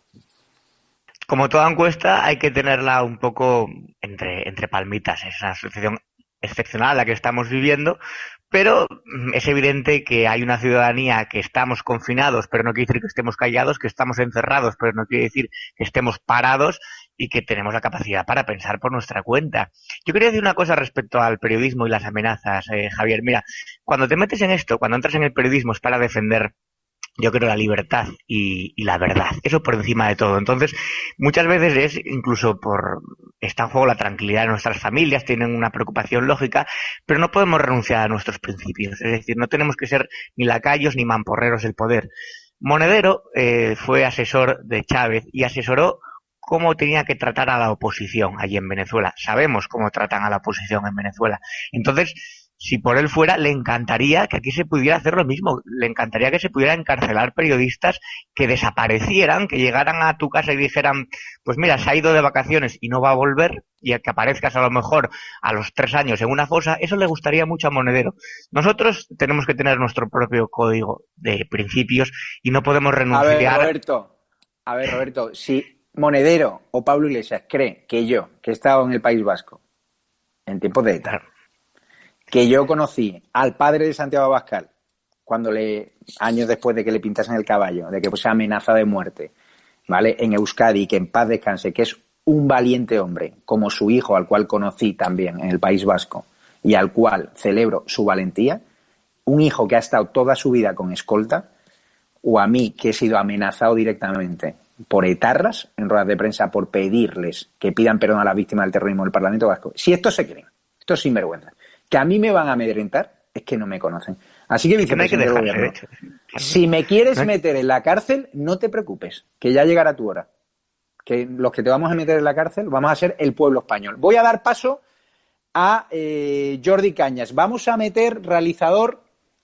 Como toda encuesta, hay que tenerla un poco entre palmitas. Es una situación excepcional la que estamos viviendo, pero es evidente que hay una ciudadanía que estamos confinados, pero no quiere decir que estemos callados, que estamos encerrados, pero no quiere decir que estemos parados y que tenemos la capacidad para pensar por nuestra cuenta. Yo quería decir una cosa respecto al periodismo y las amenazas, Javier. Mira, cuando te metes en esto, cuando entras en el periodismo es para defender, yo creo, la libertad y la verdad. Eso por encima de todo. Entonces, muchas veces es incluso está en juego la tranquilidad de nuestras familias, tienen una preocupación lógica, pero no podemos renunciar a nuestros principios. Es decir, no tenemos que ser ni lacayos ni mamporreros del poder. Monedero fue asesor de Chávez y asesoró cómo tenía que tratar a la oposición allí en Venezuela. Sabemos cómo tratan a la oposición en Venezuela. Entonces, si por él fuera, le encantaría que aquí se pudiera hacer lo mismo. Le encantaría que se pudiera encarcelar periodistas que desaparecieran, que llegaran a tu casa y dijeran, pues mira, se ha ido de vacaciones y no va a volver, y que aparezcas a lo mejor a los 3 años en una fosa. Eso le gustaría mucho a Monedero. Nosotros tenemos que tener nuestro propio código de principios y no podemos renunciar. A ver, Roberto, si Monedero o Pablo Iglesias cree que yo, que he estado en el País Vasco en tiempos de ETA, que yo conocí al padre de Santiago Abascal años después de que le pintasen el caballo, de que fuese amenaza de muerte, ¿vale? En Euskadi, que en paz descanse, que es un valiente hombre, como su hijo, al cual conocí también en el País Vasco y al cual celebro su valentía, un hijo que ha estado toda su vida con escolta, o a mí, que he sido amenazado directamente por etarras en ruedas de prensa por pedirles que pidan perdón a las víctimas del terrorismo del Parlamento Vasco. Si estos se creen, estos sinvergüenzas, que a mí me van a amedrentar, es que no me conocen. Así que, vicepresidente del gobierno, si me quieres meter en la cárcel, no te preocupes, que ya llegará tu hora. Que los que te vamos a meter en la cárcel vamos a ser el pueblo español. Voy a dar paso a Jordi Cañas. Vamos a meter, realizador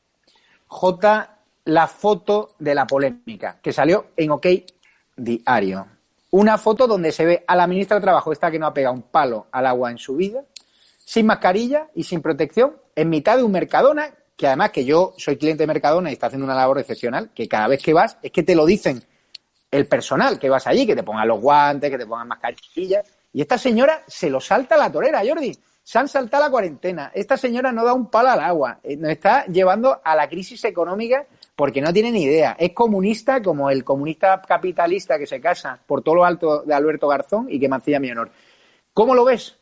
J, la foto de la polémica, que salió en OK Diario. Una foto donde se ve a la ministra de Trabajo, esta que no ha pegado un palo al agua en su vida, sin mascarilla y sin protección, en mitad de un Mercadona, que además que yo soy cliente de Mercadona y está haciendo una labor excepcional, que cada vez que vas, es que te lo dicen el personal que vas allí, que te pongan los guantes, que te pongan mascarillas, y esta señora se lo salta a la torera, Jordi. Se han saltado la cuarentena. Esta señora no da un palo al agua. Nos está llevando a la crisis económica porque no tiene ni idea. Es comunista como el comunista capitalista que se casa por todo lo alto de Alberto Garzón y que mancilla mi honor. ¿Cómo lo ves?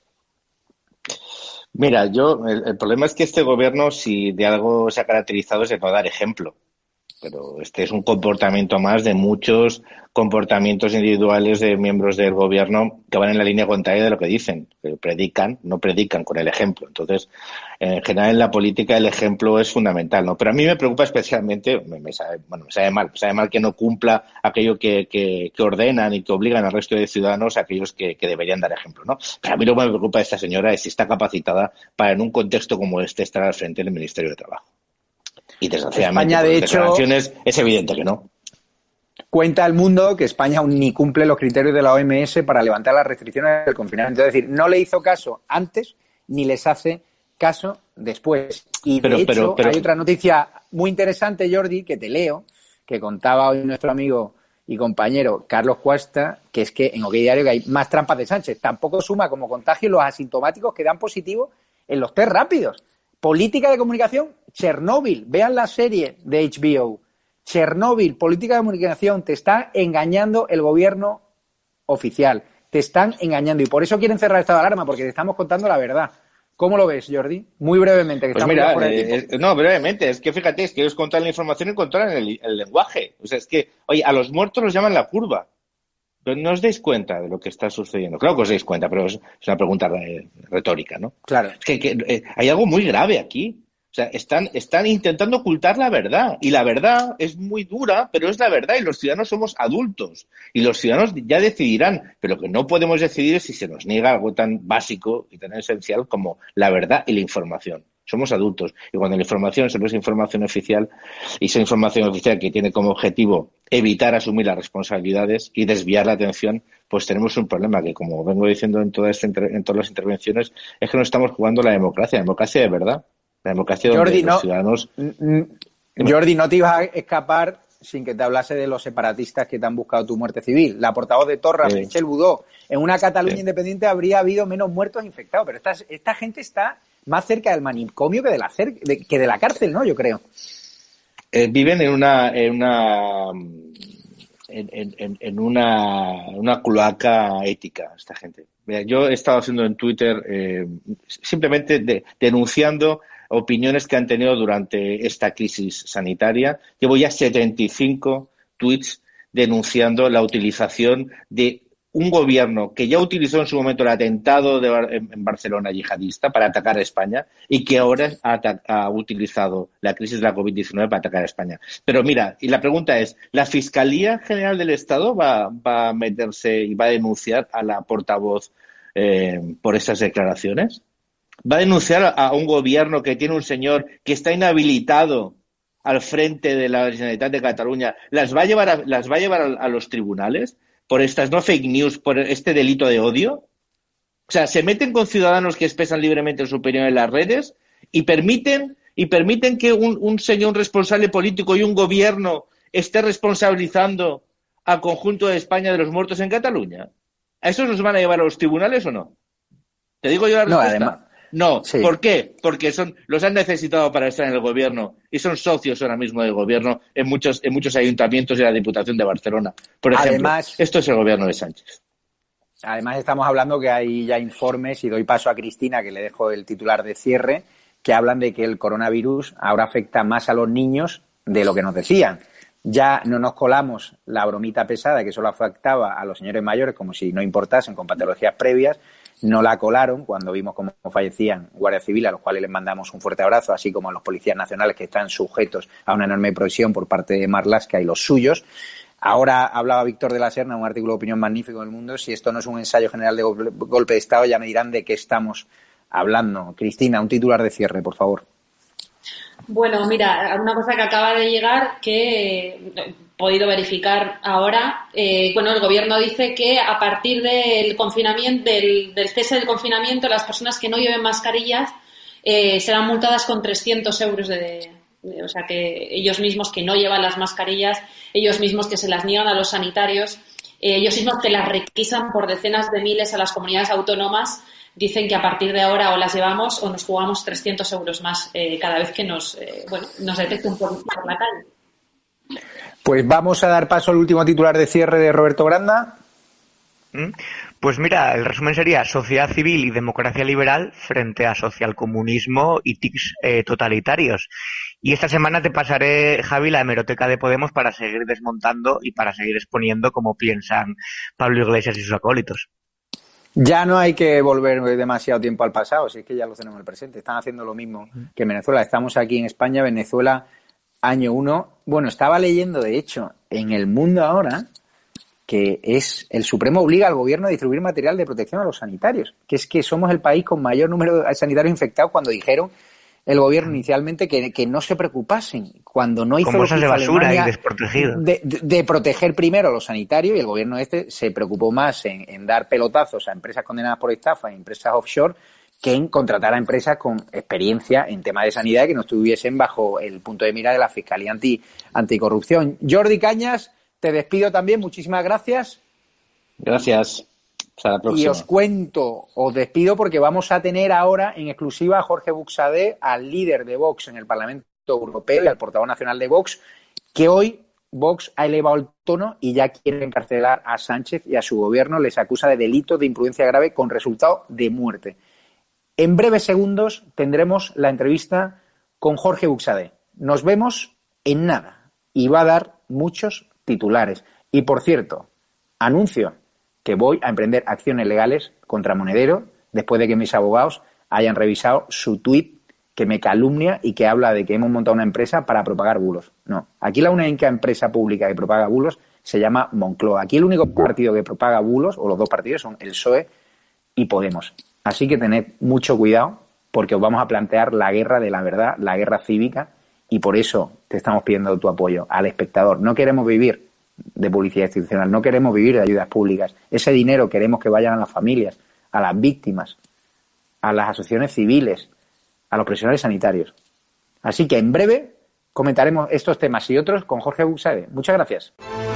Mira, el problema es que este gobierno, si de algo se ha caracterizado, es de no dar ejemplo. Pero este es un comportamiento más de muchos comportamientos individuales de miembros del gobierno que van en la línea contraria de lo que dicen. No predican con el ejemplo. Entonces, en general en la política el ejemplo es fundamental, ¿no? Pero a mí me preocupa especialmente, me sabe mal que no cumpla aquello que ordenan y que obligan al resto de ciudadanos, aquellos que deberían dar ejemplo, ¿no? Pero a mí lo que me preocupa de esta señora es si está capacitada para, en un contexto como este, estar al frente del Ministerio de Trabajo. Y desgraciadamente, España, de hecho, es evidente que no. Cuenta El Mundo que España aún ni cumple los criterios de la OMS para levantar las restricciones del confinamiento. Es decir, no le hizo caso antes ni les hace caso después. Y de hecho, hay otra noticia muy interesante, Jordi, que te leo, que contaba hoy nuestro amigo y compañero Carlos Cuesta, que es que en OK Diario que hay más trampas de Sánchez. Tampoco suma como contagio los asintomáticos que dan positivo en los test rápidos. Política de comunicación, Chernóbil. Vean la serie de HBO. Chernóbil, política de comunicación. Te está engañando el gobierno oficial. Te están engañando. Y por eso quieren cerrar el estado de alarma, porque te estamos contando la verdad. ¿Cómo lo ves, Jordi? Muy brevemente. Que pues mira, brevemente. Es que fíjate, es que ellos controlan la información y controlan el lenguaje. O sea, es que, oye, a los muertos los llaman la curva. Pero no os dais cuenta de lo que está sucediendo. Claro que os dais cuenta, pero es una pregunta retórica, ¿no? Claro. Es que hay algo muy grave aquí. O sea, están intentando ocultar la verdad. Y la verdad es muy dura, pero es la verdad. Y los ciudadanos somos adultos. Y los ciudadanos ya decidirán. Pero lo que no podemos decidir es si se nos niega algo tan básico y tan esencial como la verdad y la información. Somos adultos. Y cuando la información siempre es información oficial, y esa información oficial que tiene como objetivo evitar asumir las responsabilidades y desviar la atención, pues tenemos un problema que, como vengo diciendo en todas las intervenciones, es que no estamos jugando la democracia de verdad. La democracia donde Jordi, los ciudadanos... Jordi, no te ibas a escapar sin que te hablase de los separatistas que te han buscado tu muerte civil. La portavoz de Torra, Meritxell Budó, en una Cataluña independiente habría habido menos muertos infectados, pero esta gente está más cerca del manicomio que de la cárcel, ¿no? Yo creo. Viven en una cloaca ética, esta gente. Mira, yo he estado haciendo en Twitter simplemente denunciando opiniones que han tenido durante esta crisis sanitaria. Llevo ya 75 tweets denunciando la utilización de un gobierno que ya utilizó en su momento el atentado en Barcelona yihadista para atacar a España y que ahora ha utilizado la crisis de la COVID-19 para atacar a España. Pero mira, y la pregunta es, ¿la Fiscalía General del Estado va a meterse y va a denunciar a la portavoz por estas declaraciones? ¿Va a denunciar a un gobierno que tiene un señor que está inhabilitado al frente de la Generalitat de Cataluña? ¿Las va a llevar a los tribunales por estas no fake news, por este delito de odio? O sea, se meten con ciudadanos que expresan libremente su opinión en las redes y permiten que un señor responsable político y un gobierno esté responsabilizando al conjunto de España de los muertos en Cataluña. ¿A esos los van a llevar a los tribunales o no? Te digo yo la respuesta. Además, no. Sí. ¿Por qué? Porque los han necesitado para estar en el gobierno y son socios ahora mismo del gobierno en muchos ayuntamientos y la Diputación de Barcelona. Por ejemplo, además, esto es el gobierno de Sánchez. Además, estamos hablando que hay ya informes, y doy paso a Cristina, que le dejo el titular de cierre, que hablan de que el coronavirus ahora afecta más a los niños de lo que nos decían. Ya no nos colamos la bromita pesada que solo afectaba a los señores mayores, como si no importasen, con patologías previas. No la colaron cuando vimos cómo fallecían guardias civiles, a los cuales les mandamos un fuerte abrazo, así como a los policías nacionales que están sujetos a una enorme presión por parte de Marlaska y los suyos. Ahora hablaba Víctor de la Serna, un artículo de opinión magnífico en El Mundo. Si esto no es un ensayo general de golpe de Estado, ya me dirán de qué estamos hablando. Cristina, un titular de cierre, por favor. Bueno, mira, una cosa que acaba de llegar que he podido verificar ahora. El gobierno dice que a partir del confinamiento, del cese del confinamiento, las personas que no lleven mascarillas serán multadas con 300 euros o sea, que ellos mismos que no llevan las mascarillas, ellos mismos que se las niegan a los sanitarios, ellos mismos que las requisan por decenas de miles a las comunidades autónomas, dicen que a partir de ahora o las llevamos o nos jugamos 300 euros más cada vez que nos detecte un policía por la calle. Pues vamos a dar paso al último titular de cierre de Roberto Granda. Pues mira, el resumen sería sociedad civil y democracia liberal frente a socialcomunismo y tics totalitarios. Y esta semana te pasaré, Javi, la hemeroteca de Podemos para seguir desmontando y para seguir exponiendo cómo piensan Pablo Iglesias y sus acólitos. Ya no hay que volver demasiado tiempo al pasado, si es que ya lo tenemos en el presente. Están haciendo lo mismo que en Venezuela. Estamos aquí en España, Venezuela, año 1. Bueno, estaba leyendo, de hecho, en El Mundo ahora, que el Supremo obliga al gobierno a distribuir material de protección a los sanitarios. Que es que somos el país con mayor número de sanitarios infectados, cuando dijeron el gobierno inicialmente que no se preocupasen, cuando no hizo con bolsas de basura y desprotegidos de proteger primero a los sanitarios, y el gobierno se preocupó más en dar pelotazos a empresas condenadas por estafa y empresas offshore que en contratar a empresas con experiencia en temas de sanidad que no estuviesen bajo el punto de mira de la Fiscalía Anticorrupción. Jordi Cañas, te despido también, muchísimas gracias. Gracias. Hasta la próxima. Y os despido porque vamos a tener ahora en exclusiva a Jorge Buxadé, al líder de Vox en el Parlamento Europeo y al portavoz nacional de Vox, que hoy Vox ha elevado el tono y ya quiere encarcelar a Sánchez y a su gobierno. Les acusa de delitos de imprudencia grave con resultado de muerte. En breves segundos tendremos la entrevista con Jorge Buxadé. Nos vemos en nada y va a dar muchos titulares. Y por cierto, anuncio que voy a emprender acciones legales contra Monedero después de que mis abogados hayan revisado su tuit que me calumnia y que habla de que hemos montado una empresa para propagar bulos. No, aquí la única empresa pública que propaga bulos se llama Moncloa. Aquí el único partido que propaga bulos, o los dos partidos, son el PSOE y Podemos. Así que tened mucho cuidado, porque os vamos a plantear la guerra de la verdad, la guerra cívica, y por eso te estamos pidiendo tu apoyo al espectador. No queremos vivir de publicidad institucional, no queremos vivir de ayudas públicas. Ese dinero queremos que vayan a las familias, a las víctimas, a las asociaciones civiles, a los profesionales sanitarios. Así que en breve comentaremos estos temas y otros con Jorge Buxade. Muchas gracias.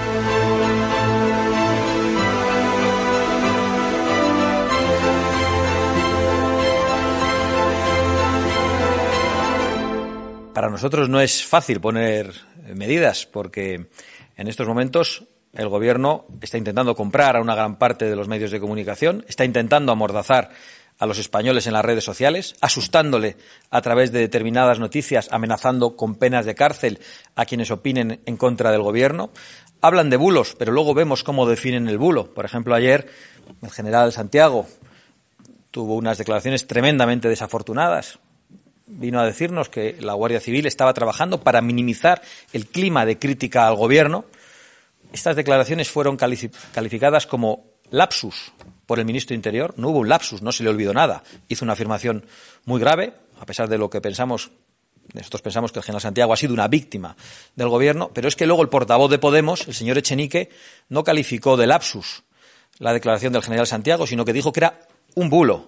Para nosotros no es fácil poner medidas porque en estos momentos el Gobierno está intentando comprar a una gran parte de los medios de comunicación, está intentando amordazar a los españoles en las redes sociales, asustándole a través de determinadas noticias, amenazando con penas de cárcel a quienes opinen en contra del Gobierno. Hablan de bulos, pero luego vemos cómo definen el bulo. Por ejemplo, ayer el general Santiago tuvo unas declaraciones tremendamente desafortunadas. Vino a decirnos que la Guardia Civil estaba trabajando para minimizar el clima de crítica al Gobierno. Estas declaraciones fueron calificadas como lapsus por el ministro de Interior. No hubo un lapsus, no se le olvidó nada. Hizo una afirmación muy grave, a pesar de lo que nosotros pensamos que el general Santiago ha sido una víctima del Gobierno, pero es que luego el portavoz de Podemos, el señor Echenique, no calificó de lapsus la declaración del general Santiago, sino que dijo que era un bulo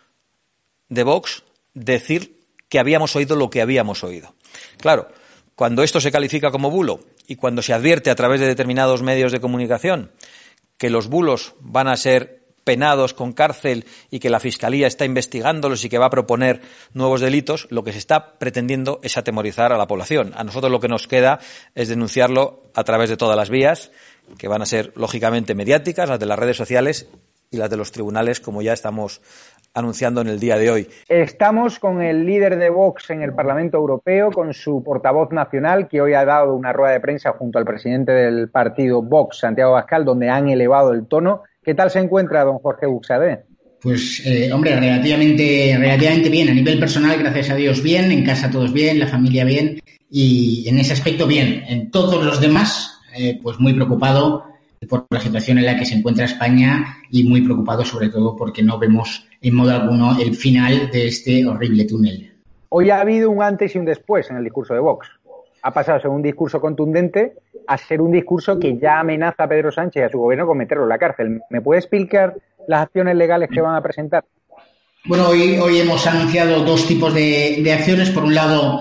de Vox decir que habíamos oído lo que habíamos oído. Claro, cuando esto se califica como bulo y cuando se advierte a través de determinados medios de comunicación que los bulos van a ser penados con cárcel y que la Fiscalía está investigándolos y que va a proponer nuevos delitos, lo que se está pretendiendo es atemorizar a la población. A nosotros lo que nos queda es denunciarlo a través de todas las vías, que van a ser lógicamente mediáticas, las de las redes sociales y las de los tribunales, como ya estamos anunciando en el día de hoy. Estamos con el líder de Vox en el Parlamento Europeo, con su portavoz nacional, que hoy ha dado una rueda de prensa junto al presidente del partido Vox, Santiago Abascal, donde han elevado el tono. ¿Qué tal se encuentra don Jorge Buxade? Pues, hombre, relativamente bien. A nivel personal, gracias a Dios, bien. En casa todos bien, la familia bien. Y en ese aspecto, bien. En todos los demás, pues muy preocupado por la situación en la que se encuentra España y muy preocupado sobre todo porque no vemos en modo alguno el final de este horrible túnel. Hoy ha habido un antes y un después en el discurso de Vox. Ha pasado de ser un discurso contundente a ser un discurso que ya amenaza a Pedro Sánchez y a su gobierno con meterlo en la cárcel. ¿Me puede explicar las acciones legales que van a presentar? Bueno, hoy hemos anunciado dos tipos de acciones. Por un lado,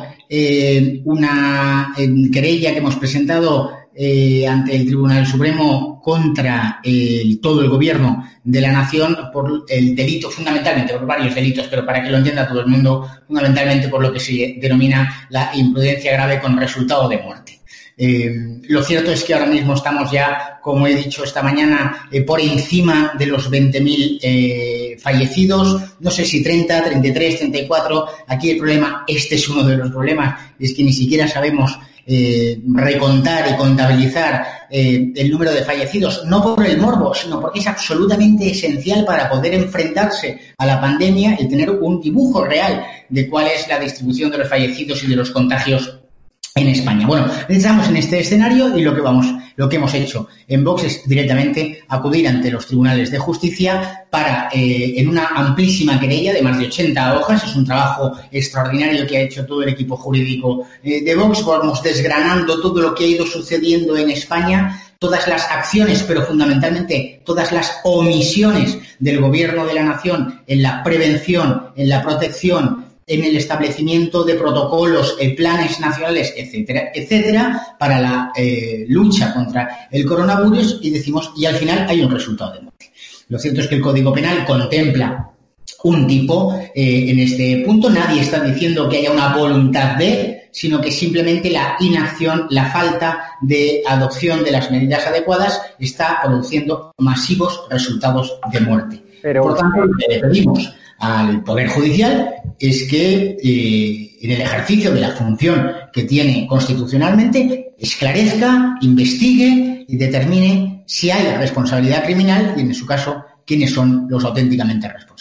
una querella que hemos presentado ante el Tribunal Supremo contra todo el Gobierno de la Nación por el delito, fundamentalmente por varios delitos, pero para que lo entienda todo el mundo, fundamentalmente por lo que se denomina la imprudencia grave con resultado de muerte. Lo cierto es que ahora mismo estamos ya, como he dicho esta mañana, por encima de los 20.000 fallecidos. No sé si 30, 33, 34. Aquí el problema, este es uno de los problemas, es que ni siquiera sabemos recontar y contabilizar el número de fallecidos, no por el morbo, sino porque es absolutamente esencial para poder enfrentarse a la pandemia y tener un dibujo real de cuál es la distribución de los fallecidos y de los contagios en España. Bueno, estamos en este escenario y lo que hemos hecho en Vox es directamente acudir ante los tribunales de justicia para, en una amplísima querella de más de 80 hojas, es un trabajo extraordinario que ha hecho todo el equipo jurídico de Vox, vamos desgranando todo lo que ha ido sucediendo en España, todas las acciones, pero fundamentalmente todas las omisiones del Gobierno de la Nación en la prevención, en la protección, en el establecimiento de protocolos, planes nacionales, etcétera, etcétera, para la lucha contra el coronavirus y al final hay un resultado de muerte. Lo cierto es que el Código Penal contempla un tipo en este punto. Nadie está diciendo que haya una voluntad de, sino que simplemente la inacción, la falta de adopción de las medidas adecuadas está produciendo masivos resultados de muerte. Por tanto, lo que le pedimos al Poder Judicial es que en el ejercicio de la función que tiene constitucionalmente esclarezca, investigue y determine si hay responsabilidad criminal y, en su caso, quiénes son los auténticamente responsables.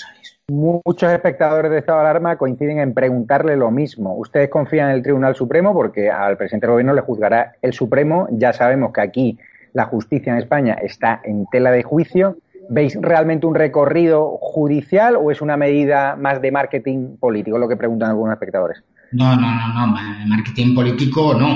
Muchos espectadores de estado de alarma coinciden en preguntarle lo mismo. ¿Ustedes confían en el Tribunal Supremo? Porque al presidente del Gobierno le juzgará el Supremo. Ya sabemos que aquí la justicia en España está en tela de juicio. ¿Veis realmente un recorrido judicial o es una medida más de marketing político? Es lo que preguntan algunos espectadores. No, marketing político no.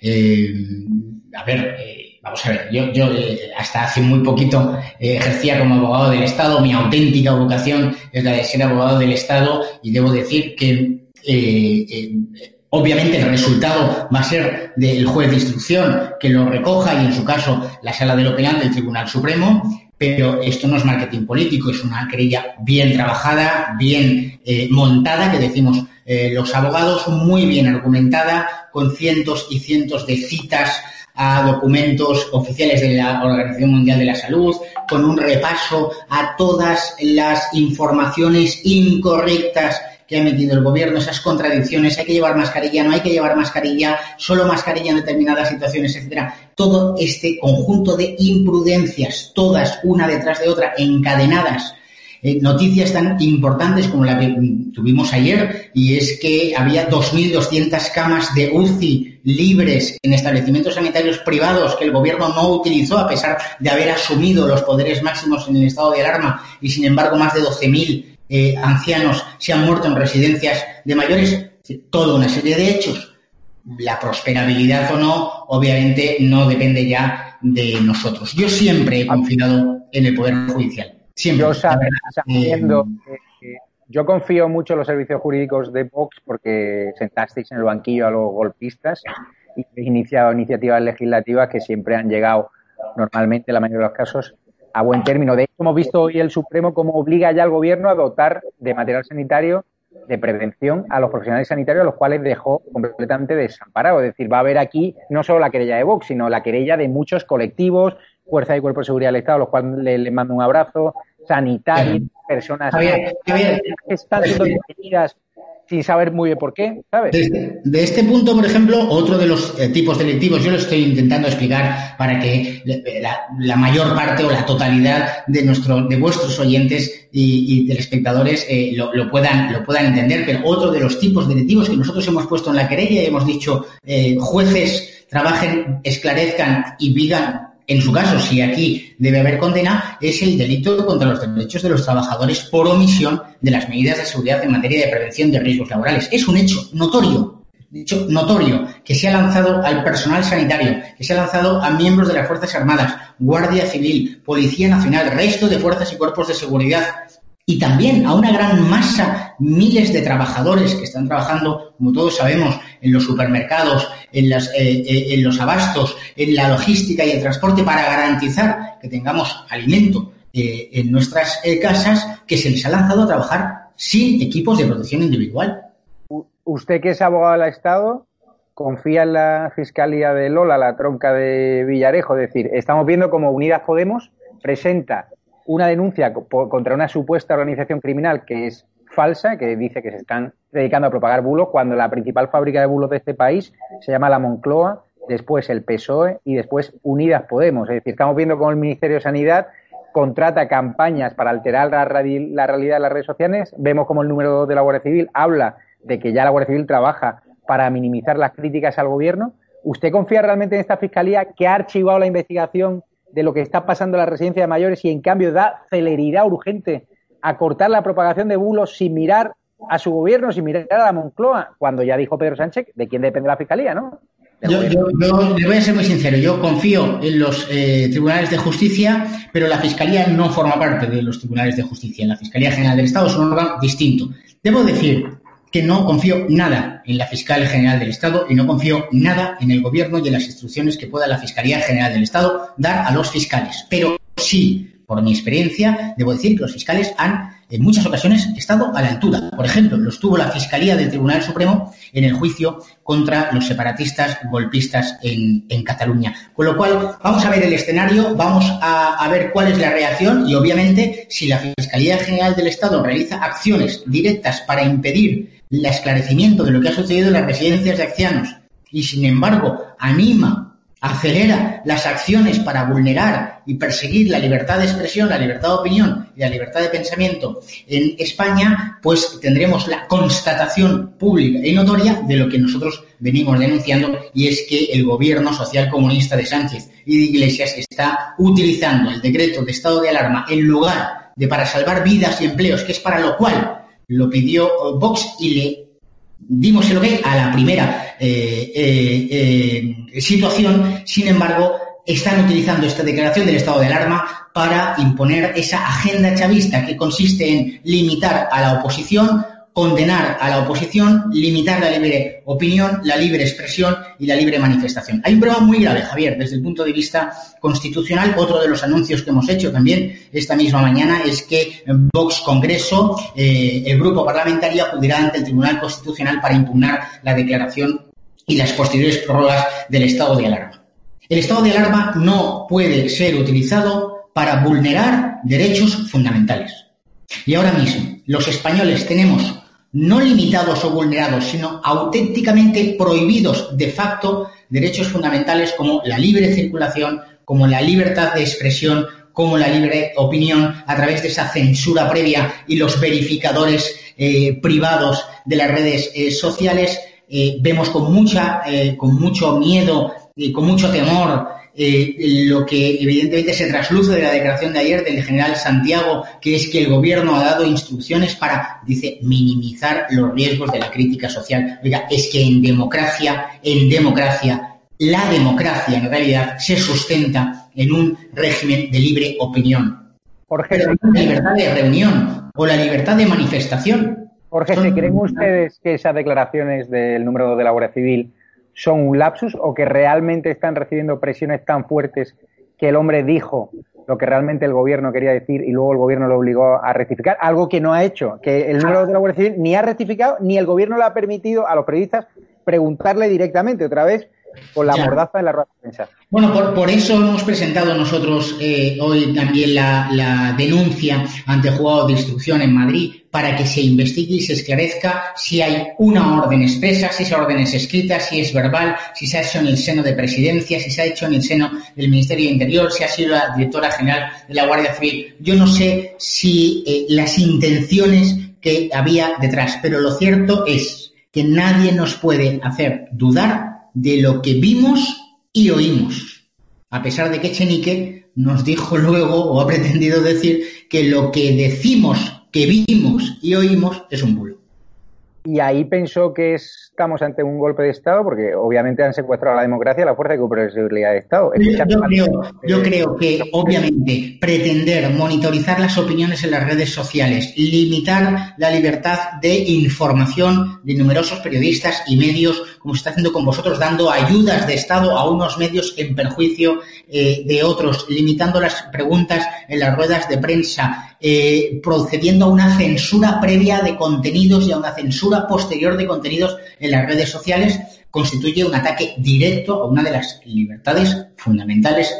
Vamos a ver, yo hasta hace muy poquito ejercía como abogado del Estado. Mi auténtica vocación es la de ser abogado del Estado y debo decir que obviamente el resultado va a ser del juez de instrucción que lo recoja y en su caso la Sala de lo Penal del Tribunal Supremo, pero esto no es marketing político, es una querella bien trabajada, bien montada, que decimos los abogados, muy bien argumentada, con cientos y cientos de citas a documentos oficiales de la Organización Mundial de la Salud, con un repaso a todas las informaciones incorrectas que ha metido el gobierno, esas contradicciones, hay que llevar mascarilla, no hay que llevar mascarilla, solo mascarilla en determinadas situaciones, etcétera. Todo este conjunto de imprudencias, todas una detrás de otra, encadenadas. Noticias tan importantes como la que tuvimos ayer, y es que había 2.200 camas de UCI libres en establecimientos sanitarios privados que el gobierno no utilizó a pesar de haber asumido los poderes máximos en el estado de alarma, y sin embargo más de 12.000 ancianos se han muerto en residencias de mayores. Toda una serie de hechos. La prosperabilidad o no, obviamente, no depende ya de nosotros. Yo siempre he confiado en el Poder Judicial. Siempre. Yo confío mucho en los servicios jurídicos de Vox porque sentasteis en el banquillo a los golpistas y habéis iniciado iniciativas legislativas que siempre han llegado normalmente, en la mayoría de los casos, a buen término. De hecho, hemos visto hoy el Supremo cómo obliga ya al Gobierno a dotar de material sanitario de prevención a los profesionales sanitarios, a los cuales dejó completamente desamparados. Es decir, va a haber aquí no solo la querella de Vox, sino la querella de muchos colectivos, Fuerza y Cuerpo de Seguridad del Estado, a los cuales les mando un abrazo, sanitarios, personas que están siendo detenidas sin saber muy bien por qué, ¿sabes? De este punto, por ejemplo, otro de los tipos delictivos, yo lo estoy intentando explicar para que la mayor parte o la totalidad de vuestros oyentes y telespectadores lo puedan entender, pero otro de los tipos delictivos que nosotros hemos puesto en la querella y hemos dicho, jueces, trabajen, esclarezcan y digan, en su caso, si aquí debe haber condena, es el delito contra los derechos de los trabajadores por omisión de las medidas de seguridad en materia de prevención de riesgos laborales. Es un hecho notorio que se ha lanzado al personal sanitario, que se ha lanzado a miembros de las Fuerzas Armadas, Guardia Civil, Policía Nacional, resto de fuerzas y cuerpos de seguridad, y también a una gran masa, miles de trabajadores que están trabajando, como todos sabemos, en los supermercados, en los abastos, en la logística y el transporte, para garantizar que tengamos alimento en nuestras casas, que se les ha lanzado a trabajar sin equipos de protección individual. Usted, que es abogado del Estado, confía en la Fiscalía de Lola, la tronca de Villarejo. Es decir, estamos viendo cómo Unidas Podemos presenta una denuncia contra una supuesta organización criminal que es falsa, que dice que se están dedicando a propagar bulos, cuando la principal fábrica de bulos de este país se llama la Moncloa, después el PSOE y después Unidas Podemos. Es decir, estamos viendo cómo el Ministerio de Sanidad contrata campañas para alterar la realidad de las redes sociales. Vemos cómo el número de la Guardia Civil habla de que ya la Guardia Civil trabaja para minimizar las críticas al gobierno. ¿Usted confía realmente en esta Fiscalía que ha archivado la investigación de lo que está pasando en la residencia de mayores y en cambio da celeridad urgente a cortar la propagación de bulos sin mirar a su gobierno, sin mirar a la Moncloa, cuando ya dijo Pedro Sánchez de quién depende la Fiscalía, ¿no? Yo le voy a ser muy sincero, yo confío en los tribunales de justicia, pero la Fiscalía no forma parte de los tribunales de justicia. La Fiscalía General del Estado es un órgano distinto. Debo decir que no confío nada en la Fiscal General del Estado y no confío nada en el Gobierno y en las instrucciones que pueda la Fiscalía General del Estado dar a los fiscales. Pero sí, por mi experiencia, debo decir que los fiscales han, en muchas ocasiones, estado a la altura. Por ejemplo, lo estuvo la Fiscalía del Tribunal Supremo en el juicio contra los separatistas golpistas en Cataluña. Con lo cual, vamos a ver el escenario, vamos a ver cuál es la reacción y, obviamente, si la Fiscalía General del Estado realiza acciones directas para impedir el esclarecimiento de lo que ha sucedido en las residencias de ancianos y, sin embargo, anima acelera las acciones para vulnerar y perseguir la libertad de expresión, la libertad de opinión y la libertad de pensamiento en España, pues tendremos la constatación pública y notoria de lo que nosotros venimos denunciando, y es que el gobierno socialcomunista de Sánchez y de Iglesias está utilizando el decreto de estado de alarma en lugar de para salvar vidas y empleos, que es para lo cual lo pidió Vox, y le dimos el ok a la primera situación. Sin embargo, están utilizando esta declaración del estado de alarma para imponer esa agenda chavista que consiste en limitar a la oposición, condenar a la oposición, limitar la libre opinión, la libre expresión y la libre manifestación. Hay un problema muy grave, Javier, desde el punto de vista constitucional. Otro de los anuncios que hemos hecho también esta misma mañana es que Vox Congreso, el grupo parlamentario, acudirá ante el Tribunal Constitucional para impugnar la declaración y las posteriores prórrogas del estado de alarma. El estado de alarma no puede ser utilizado para vulnerar derechos fundamentales. Y ahora mismo los españoles tenemos no limitados o vulnerados, sino auténticamente prohibidos de facto derechos fundamentales como la libre circulación, como la libertad de expresión, como la libre opinión, a través de esa censura previa y los verificadores privados de las redes sociales. Vemos con mucho miedo y con mucho temor lo que evidentemente se trasluce de la declaración de ayer del general Santiago, que es que el gobierno ha dado instrucciones para, dice, minimizar los riesgos de la crítica social. Oiga, es que en democracia, la democracia en realidad se sustenta en un régimen de libre opinión. Jorge, pero la libertad de reunión o la libertad de manifestación. Jorge, ¿se creen ustedes que esas declaraciones del número 2 de la Guardia Civil son un lapsus o que realmente están recibiendo presiones tan fuertes que el hombre dijo lo que realmente el gobierno quería decir y luego el gobierno lo obligó a rectificar? Algo que no ha hecho, que el número 2 de la Guardia Civil ni ha rectificado ni el gobierno le ha permitido a los periodistas preguntarle directamente otra vez con la mordaza en la rueda de prensa. Bueno, por eso hemos presentado nosotros hoy también la denuncia ante el juzgado de instrucción en Madrid para que se investigue y se esclarezca si hay una orden expresa, si esa orden es escrita, si es verbal, si se ha hecho en el seno de Presidencia, si se ha hecho en el seno del Ministerio de Interior, si ha sido la directora general de la Guardia Civil. Yo no sé si las intenciones que había detrás, pero lo cierto es que nadie nos puede hacer dudar de lo que vimos y oímos, a pesar de que Echenique nos dijo luego, o ha pretendido decir, que lo que decimos, que vimos y oímos es un bulo. Y ahí pensó que estamos ante un golpe de Estado, porque obviamente han secuestrado a la democracia, la fuerza de seguridad de Estado. Yo creo que, obviamente, pretender monitorizar las opiniones en las redes sociales, limitar la libertad de información de numerosos periodistas y medios, como se está haciendo con vosotros, dando ayudas de Estado a unos medios en perjuicio de otros, limitando las preguntas en las ruedas de prensa, procediendo a una censura previa de contenidos y a una censura posterior de contenidos en las redes sociales, constituye un ataque directo a una de las libertades fundamentales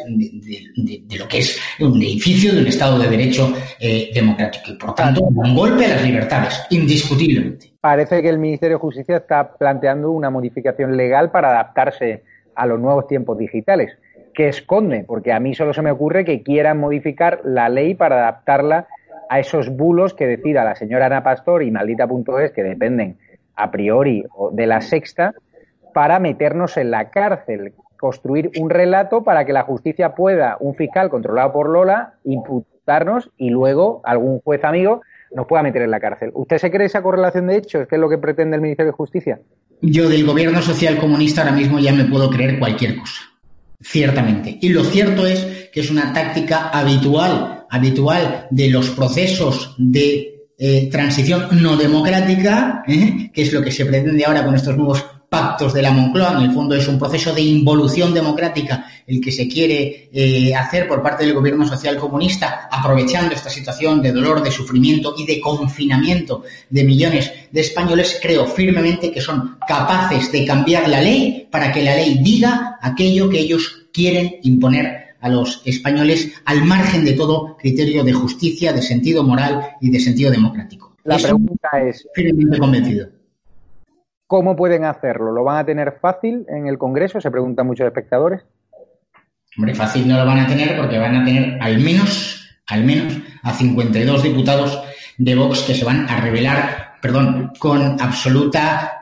de lo que es un edificio de un Estado de Derecho democrático y, por tanto, un golpe a las libertades, indiscutiblemente. Parece que el Ministerio de Justicia está planteando una modificación legal para adaptarse a los nuevos tiempos digitales. ¿Qué esconde? Porque a mí solo se me ocurre que quieran modificar la ley para adaptarla a esos bulos que decida la señora Ana Pastor y Maldita.es, que dependen a priori de La Sexta, para meternos en la cárcel, construir un relato para que la justicia pueda, un fiscal controlado por Lola, imputarnos y luego algún juez amigo nos pueda meter en la cárcel. ¿Usted se cree esa correlación de hechos, que es lo que pretende el Ministerio de Justicia? Yo del gobierno social comunista ahora mismo ya me puedo creer cualquier cosa, ciertamente. Y lo cierto es que es una táctica habitual de los procesos de transición no democrática, que es lo que se pretende ahora con estos nuevos pactos de la Moncloa. En el fondo es un proceso de involución democrática el que se quiere hacer por parte del gobierno social comunista, aprovechando esta situación de dolor, de sufrimiento y de confinamiento de millones de españoles. Creo firmemente que son capaces de cambiar la ley para que la ley diga aquello que ellos quieren imponer a los españoles, al margen de todo criterio de justicia, de sentido moral y de sentido democrático. La pregunta es, firmemente convencido. ¿Cómo pueden hacerlo? ¿Lo van a tener fácil en el Congreso? Se preguntan muchos espectadores. Hombre, fácil no lo van a tener porque van a tener al menos a 52 diputados de Vox que se van a rebelar, con absoluta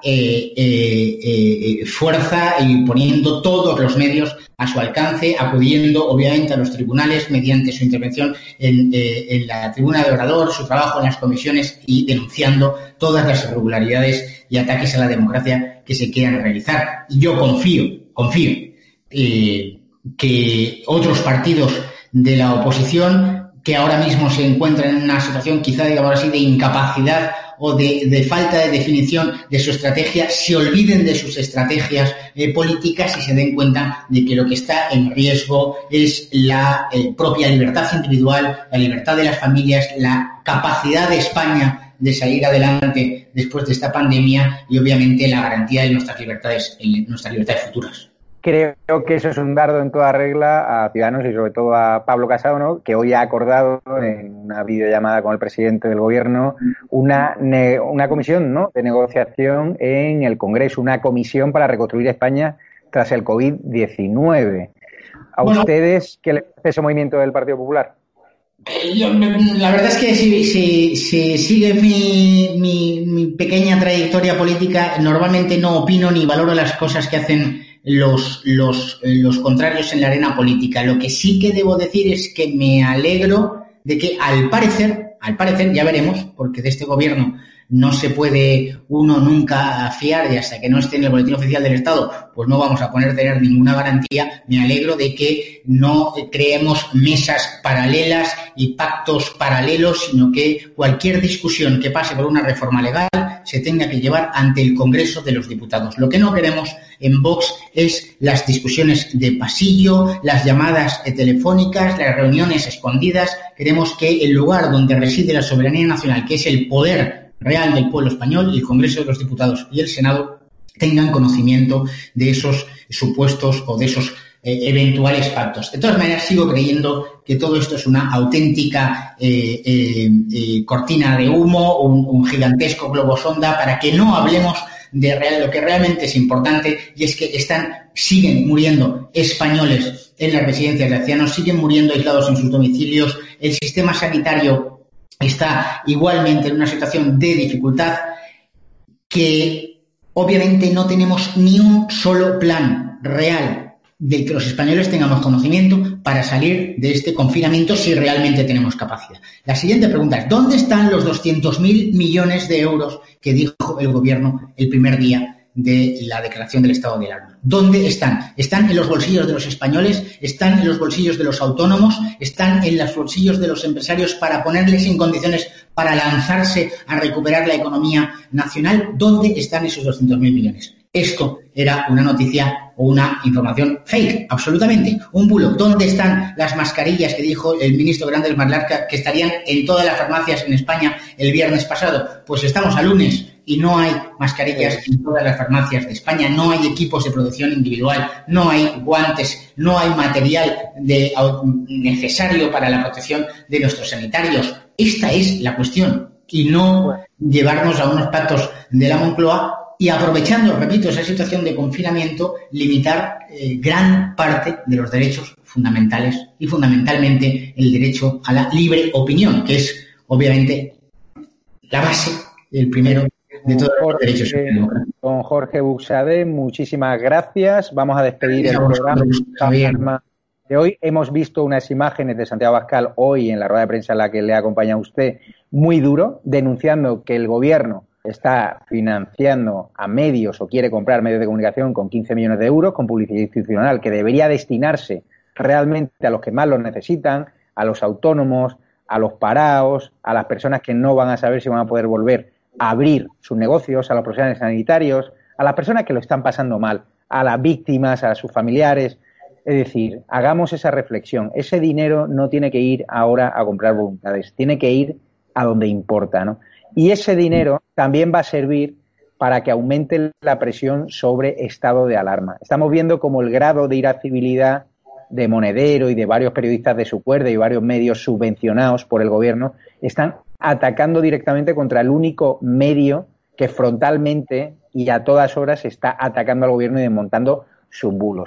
fuerza y poniendo todos los medios a su alcance, acudiendo obviamente a los tribunales mediante su intervención en la tribuna de orador, su trabajo en las comisiones y denunciando todas las irregularidades y ataques a la democracia que se quieran realizar. Y yo confío que otros partidos de la oposición que ahora mismo se encuentran en una situación quizá, digamos así, de incapacidad o de falta de definición de su estrategia, se olviden de sus estrategias políticas y se den cuenta de que lo que está en riesgo es la propia libertad individual, la libertad de las familias, la capacidad de España de salir adelante después de esta pandemia y obviamente la garantía de nuestras libertades futuras. Creo que eso es un dardo en toda regla a Ciudadanos y sobre todo a Pablo Casado, ¿no?, que hoy ha acordado en una videollamada con el presidente del Gobierno una comisión, ¿no?, de negociación en el Congreso, una comisión para reconstruir España tras el COVID-19. ¿A ustedes qué les parece ese movimiento del Partido Popular? La verdad es que si sigue mi pequeña trayectoria política, normalmente no opino ni valoro las cosas que hacen los contrarios en la arena política. Lo que sí que debo decir es que me alegro de que al parecer, ya veremos, porque de este gobierno no se puede uno nunca fiar y hasta que no esté en el boletín oficial del Estado, pues no vamos a poder tener ninguna garantía. Me alegro de que no creemos mesas paralelas y pactos paralelos, sino que cualquier discusión que pase por una reforma legal se tenga que llevar ante el Congreso de los Diputados. Lo que no queremos en Vox es las discusiones de pasillo, las llamadas telefónicas, las reuniones escondidas. Queremos que el lugar donde reside la soberanía nacional, que es el poder real del pueblo español, y el Congreso de los Diputados y el Senado tengan conocimiento de esos supuestos o de esos eventuales pactos. De todas maneras, sigo creyendo que todo esto es una auténtica cortina de humo, un gigantesco globo sonda para que no hablemos de lo que realmente es importante, y es que siguen muriendo españoles en las residencias de ancianos, siguen muriendo aislados en sus domicilios, el sistema sanitario está igualmente en una situación de dificultad, que obviamente no tenemos ni un solo plan real del que los españoles tengamos conocimiento para salir de este confinamiento si realmente tenemos capacidad. La siguiente pregunta es, ¿dónde están los 200.000 millones de euros que dijo el Gobierno el primer día de la declaración del estado de alarma? ¿Dónde están? ¿Están en los bolsillos de los españoles? ¿Están en los bolsillos de los autónomos? ¿Están en los bolsillos de los empresarios para ponerles en condiciones para lanzarse a recuperar la economía nacional? ¿Dónde están esos 200.000 millones? Esto era una noticia o una información fake, absolutamente, un bulo. ¿Dónde están las mascarillas que dijo el ministro Grande Marlaska que estarían en todas las farmacias en España el viernes pasado? Pues estamos a lunes y no hay mascarillas en todas las farmacias de España, no hay equipos de protección individual, no hay guantes, no hay material necesario para la protección de nuestros sanitarios. Esta es la cuestión, y no llevarnos a unos pactos de la Moncloa y, aprovechando, repito, esa situación de confinamiento, limitar gran parte de los derechos fundamentales y fundamentalmente el derecho a la libre opinión, que es obviamente la base, el primero de todos los derechos. Don Jorge Buxade, muchísimas gracias. Vamos a despedir el programa de hoy. Hemos visto unas imágenes de Santiago Abascal hoy en la rueda de prensa en la que le acompaña usted, muy duro, denunciando que el Gobierno está financiando a medios o quiere comprar medios de comunicación con 15 millones de euros con publicidad institucional que debería destinarse realmente a los que más lo necesitan, a los autónomos, a los parados, a las personas que no van a saber si van a poder volver a abrir sus negocios, a los profesionales sanitarios, a las personas que lo están pasando mal, a las víctimas, a sus familiares. Es decir, hagamos esa reflexión. Ese dinero no tiene que ir ahora a comprar voluntades, tiene que ir a donde importa, ¿no? Y ese dinero también va a servir para que aumente la presión sobre estado de alarma. Estamos viendo como el grado de irascibilidad de Monedero y de varios periodistas de su cuerda y varios medios subvencionados por el Gobierno están atacando directamente contra el único medio que frontalmente y a todas horas está atacando al Gobierno y desmontando sus bulos.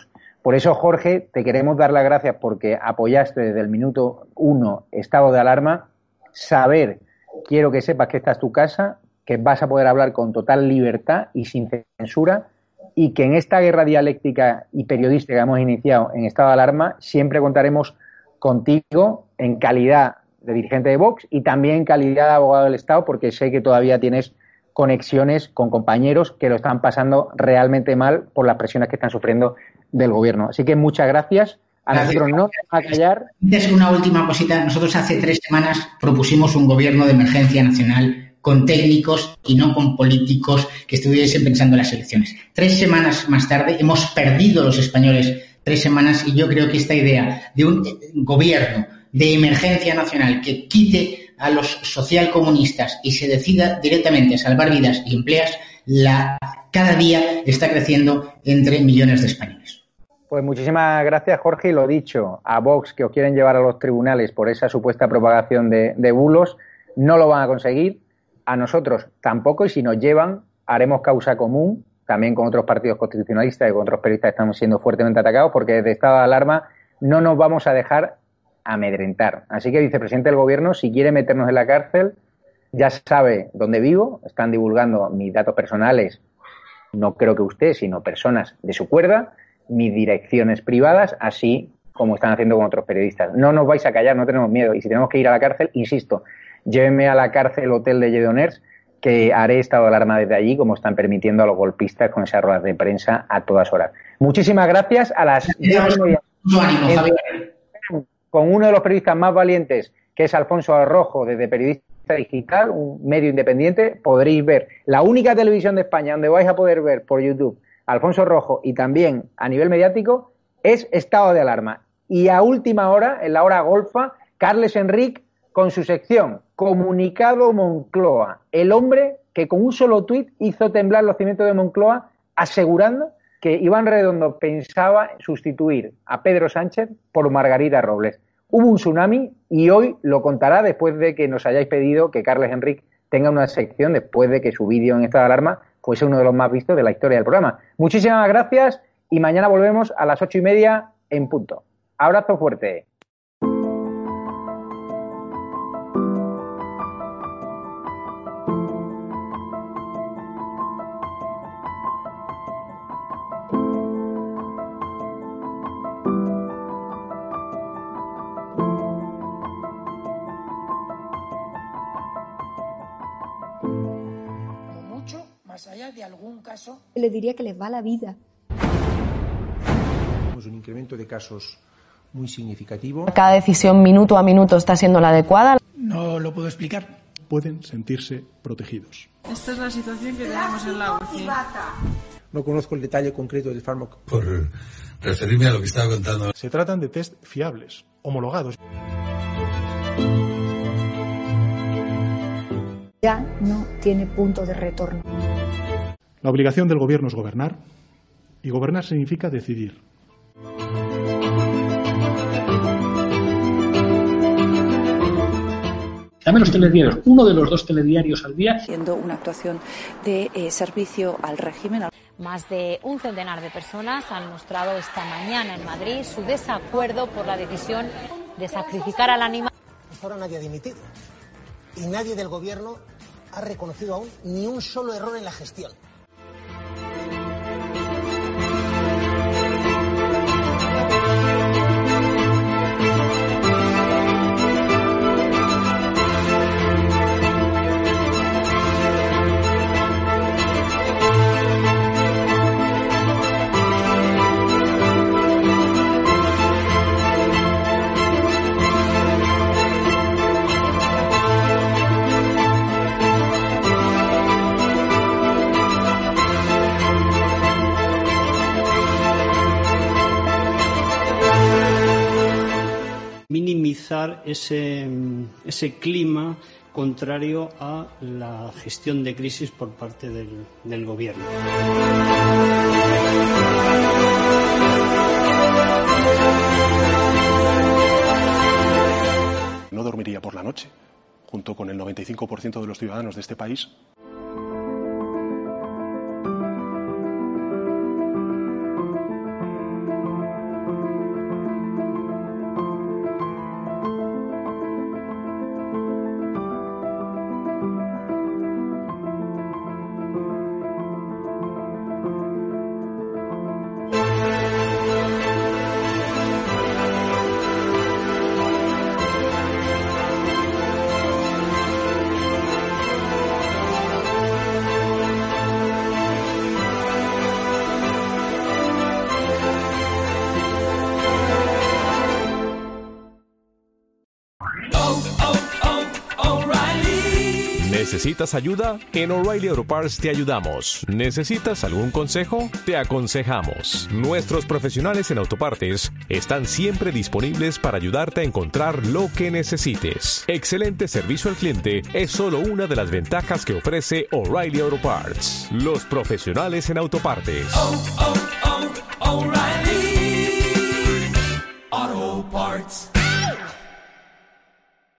Por eso, Jorge, te queremos dar las gracias porque apoyaste desde el minuto 1 estado de alarma. Quiero que sepas que esta es tu casa, que vas a poder hablar con total libertad y sin censura, y que en esta guerra dialéctica y periodística que hemos iniciado en estado de alarma siempre contaremos contigo en calidad de dirigente de Vox y también en calidad de abogado del Estado, porque sé que todavía tienes conexiones con compañeros que lo están pasando realmente mal por las presiones que están sufriendo del gobierno. Así que muchas gracias. Nosotros no nos vamos a callar. Es una última cosita. Nosotros hace 3 semanas propusimos un gobierno de emergencia nacional con técnicos y no con políticos que estuviesen pensando en las elecciones. 3 semanas más tarde hemos perdido los españoles 3 semanas y yo creo que esta idea de un gobierno de emergencia nacional que quite a los socialcomunistas y se decida directamente a salvar vidas y empleos, cada día está creciendo entre millones de españoles. Pues muchísimas gracias, Jorge, y lo dicho, a Vox que os quieren llevar a los tribunales por esa supuesta propagación de bulos, no lo van a conseguir, a nosotros tampoco, y si nos llevan, haremos causa común, también con otros partidos constitucionalistas y con otros periodistas que estamos siendo fuertemente atacados, porque desde estado de alarma no nos vamos a dejar amedrentar. Así que, vicepresidente del Gobierno, si quiere meternos en la cárcel, ya sabe dónde vivo, están divulgando mis datos personales, no creo que usted, sino personas de su cuerda, mis direcciones privadas, así como están haciendo con otros periodistas. No nos vais a callar, no tenemos miedo. Y si tenemos que ir a la cárcel, insisto, llévenme a la cárcel Hotel de Lledoners, que haré estado de alarma desde allí, como están permitiendo a los golpistas con esas ruedas de prensa a todas horas. Muchísimas gracias. A las 10:30, con uno de los periodistas más valientes, que es Alfonso Arrojo, desde Periodista Digital, un medio independiente, podréis ver la única televisión de España donde vais a poder ver por YouTube Alfonso Rojo y también a nivel mediático es estado de alarma. Y a última hora, en la hora golfa, Carles Enric con su sección Comunicado Moncloa, el hombre que con un solo tuit hizo temblar los cimientos de Moncloa, asegurando que Iván Redondo pensaba sustituir a Pedro Sánchez por Margarita Robles. Hubo un tsunami y hoy lo contará después de que nos hayáis pedido que Carles Enric tenga una sección después de que su vídeo en estado de alarma fuese uno de los más vistos de la historia del programa. Muchísimas gracias y mañana volvemos a las 8:30 en punto. Abrazo fuerte. Más allá de algún caso, le diría que les va la vida. Tenemos un incremento de casos muy significativo. Cada decisión minuto a minuto está siendo la adecuada. No lo puedo explicar. Pueden sentirse protegidos. Esta es la situación que tenemos en la UCI. No conozco el detalle concreto del fármaco. Por referirme a lo que estaba contando. Se tratan de test fiables, homologados. Ya no tiene punto de retorno. La obligación del gobierno es gobernar, y gobernar significa decidir. Dame los telediarios, uno de los 2 telediarios al día. Haciendo una actuación de servicio al régimen. Más de un centenar de personas han mostrado esta mañana en Madrid su desacuerdo por la decisión de sacrificar al animal. Hasta ahora nadie ha dimitido y nadie del gobierno ha reconocido aún ni un solo error en la gestión. Minimizar ese clima contrario a la gestión de crisis por parte del gobierno. No dormiría por la noche, junto con el 95% de los ciudadanos de este país. ¿Necesitas ayuda? En O'Reilly Auto Parts te ayudamos. ¿Necesitas algún consejo? Te aconsejamos. Nuestros profesionales en autopartes están siempre disponibles para ayudarte a encontrar lo que necesites. Excelente servicio al cliente es solo una de las ventajas que ofrece O'Reilly Auto Parts. Los profesionales en autopartes. O'Reilly Auto Parts.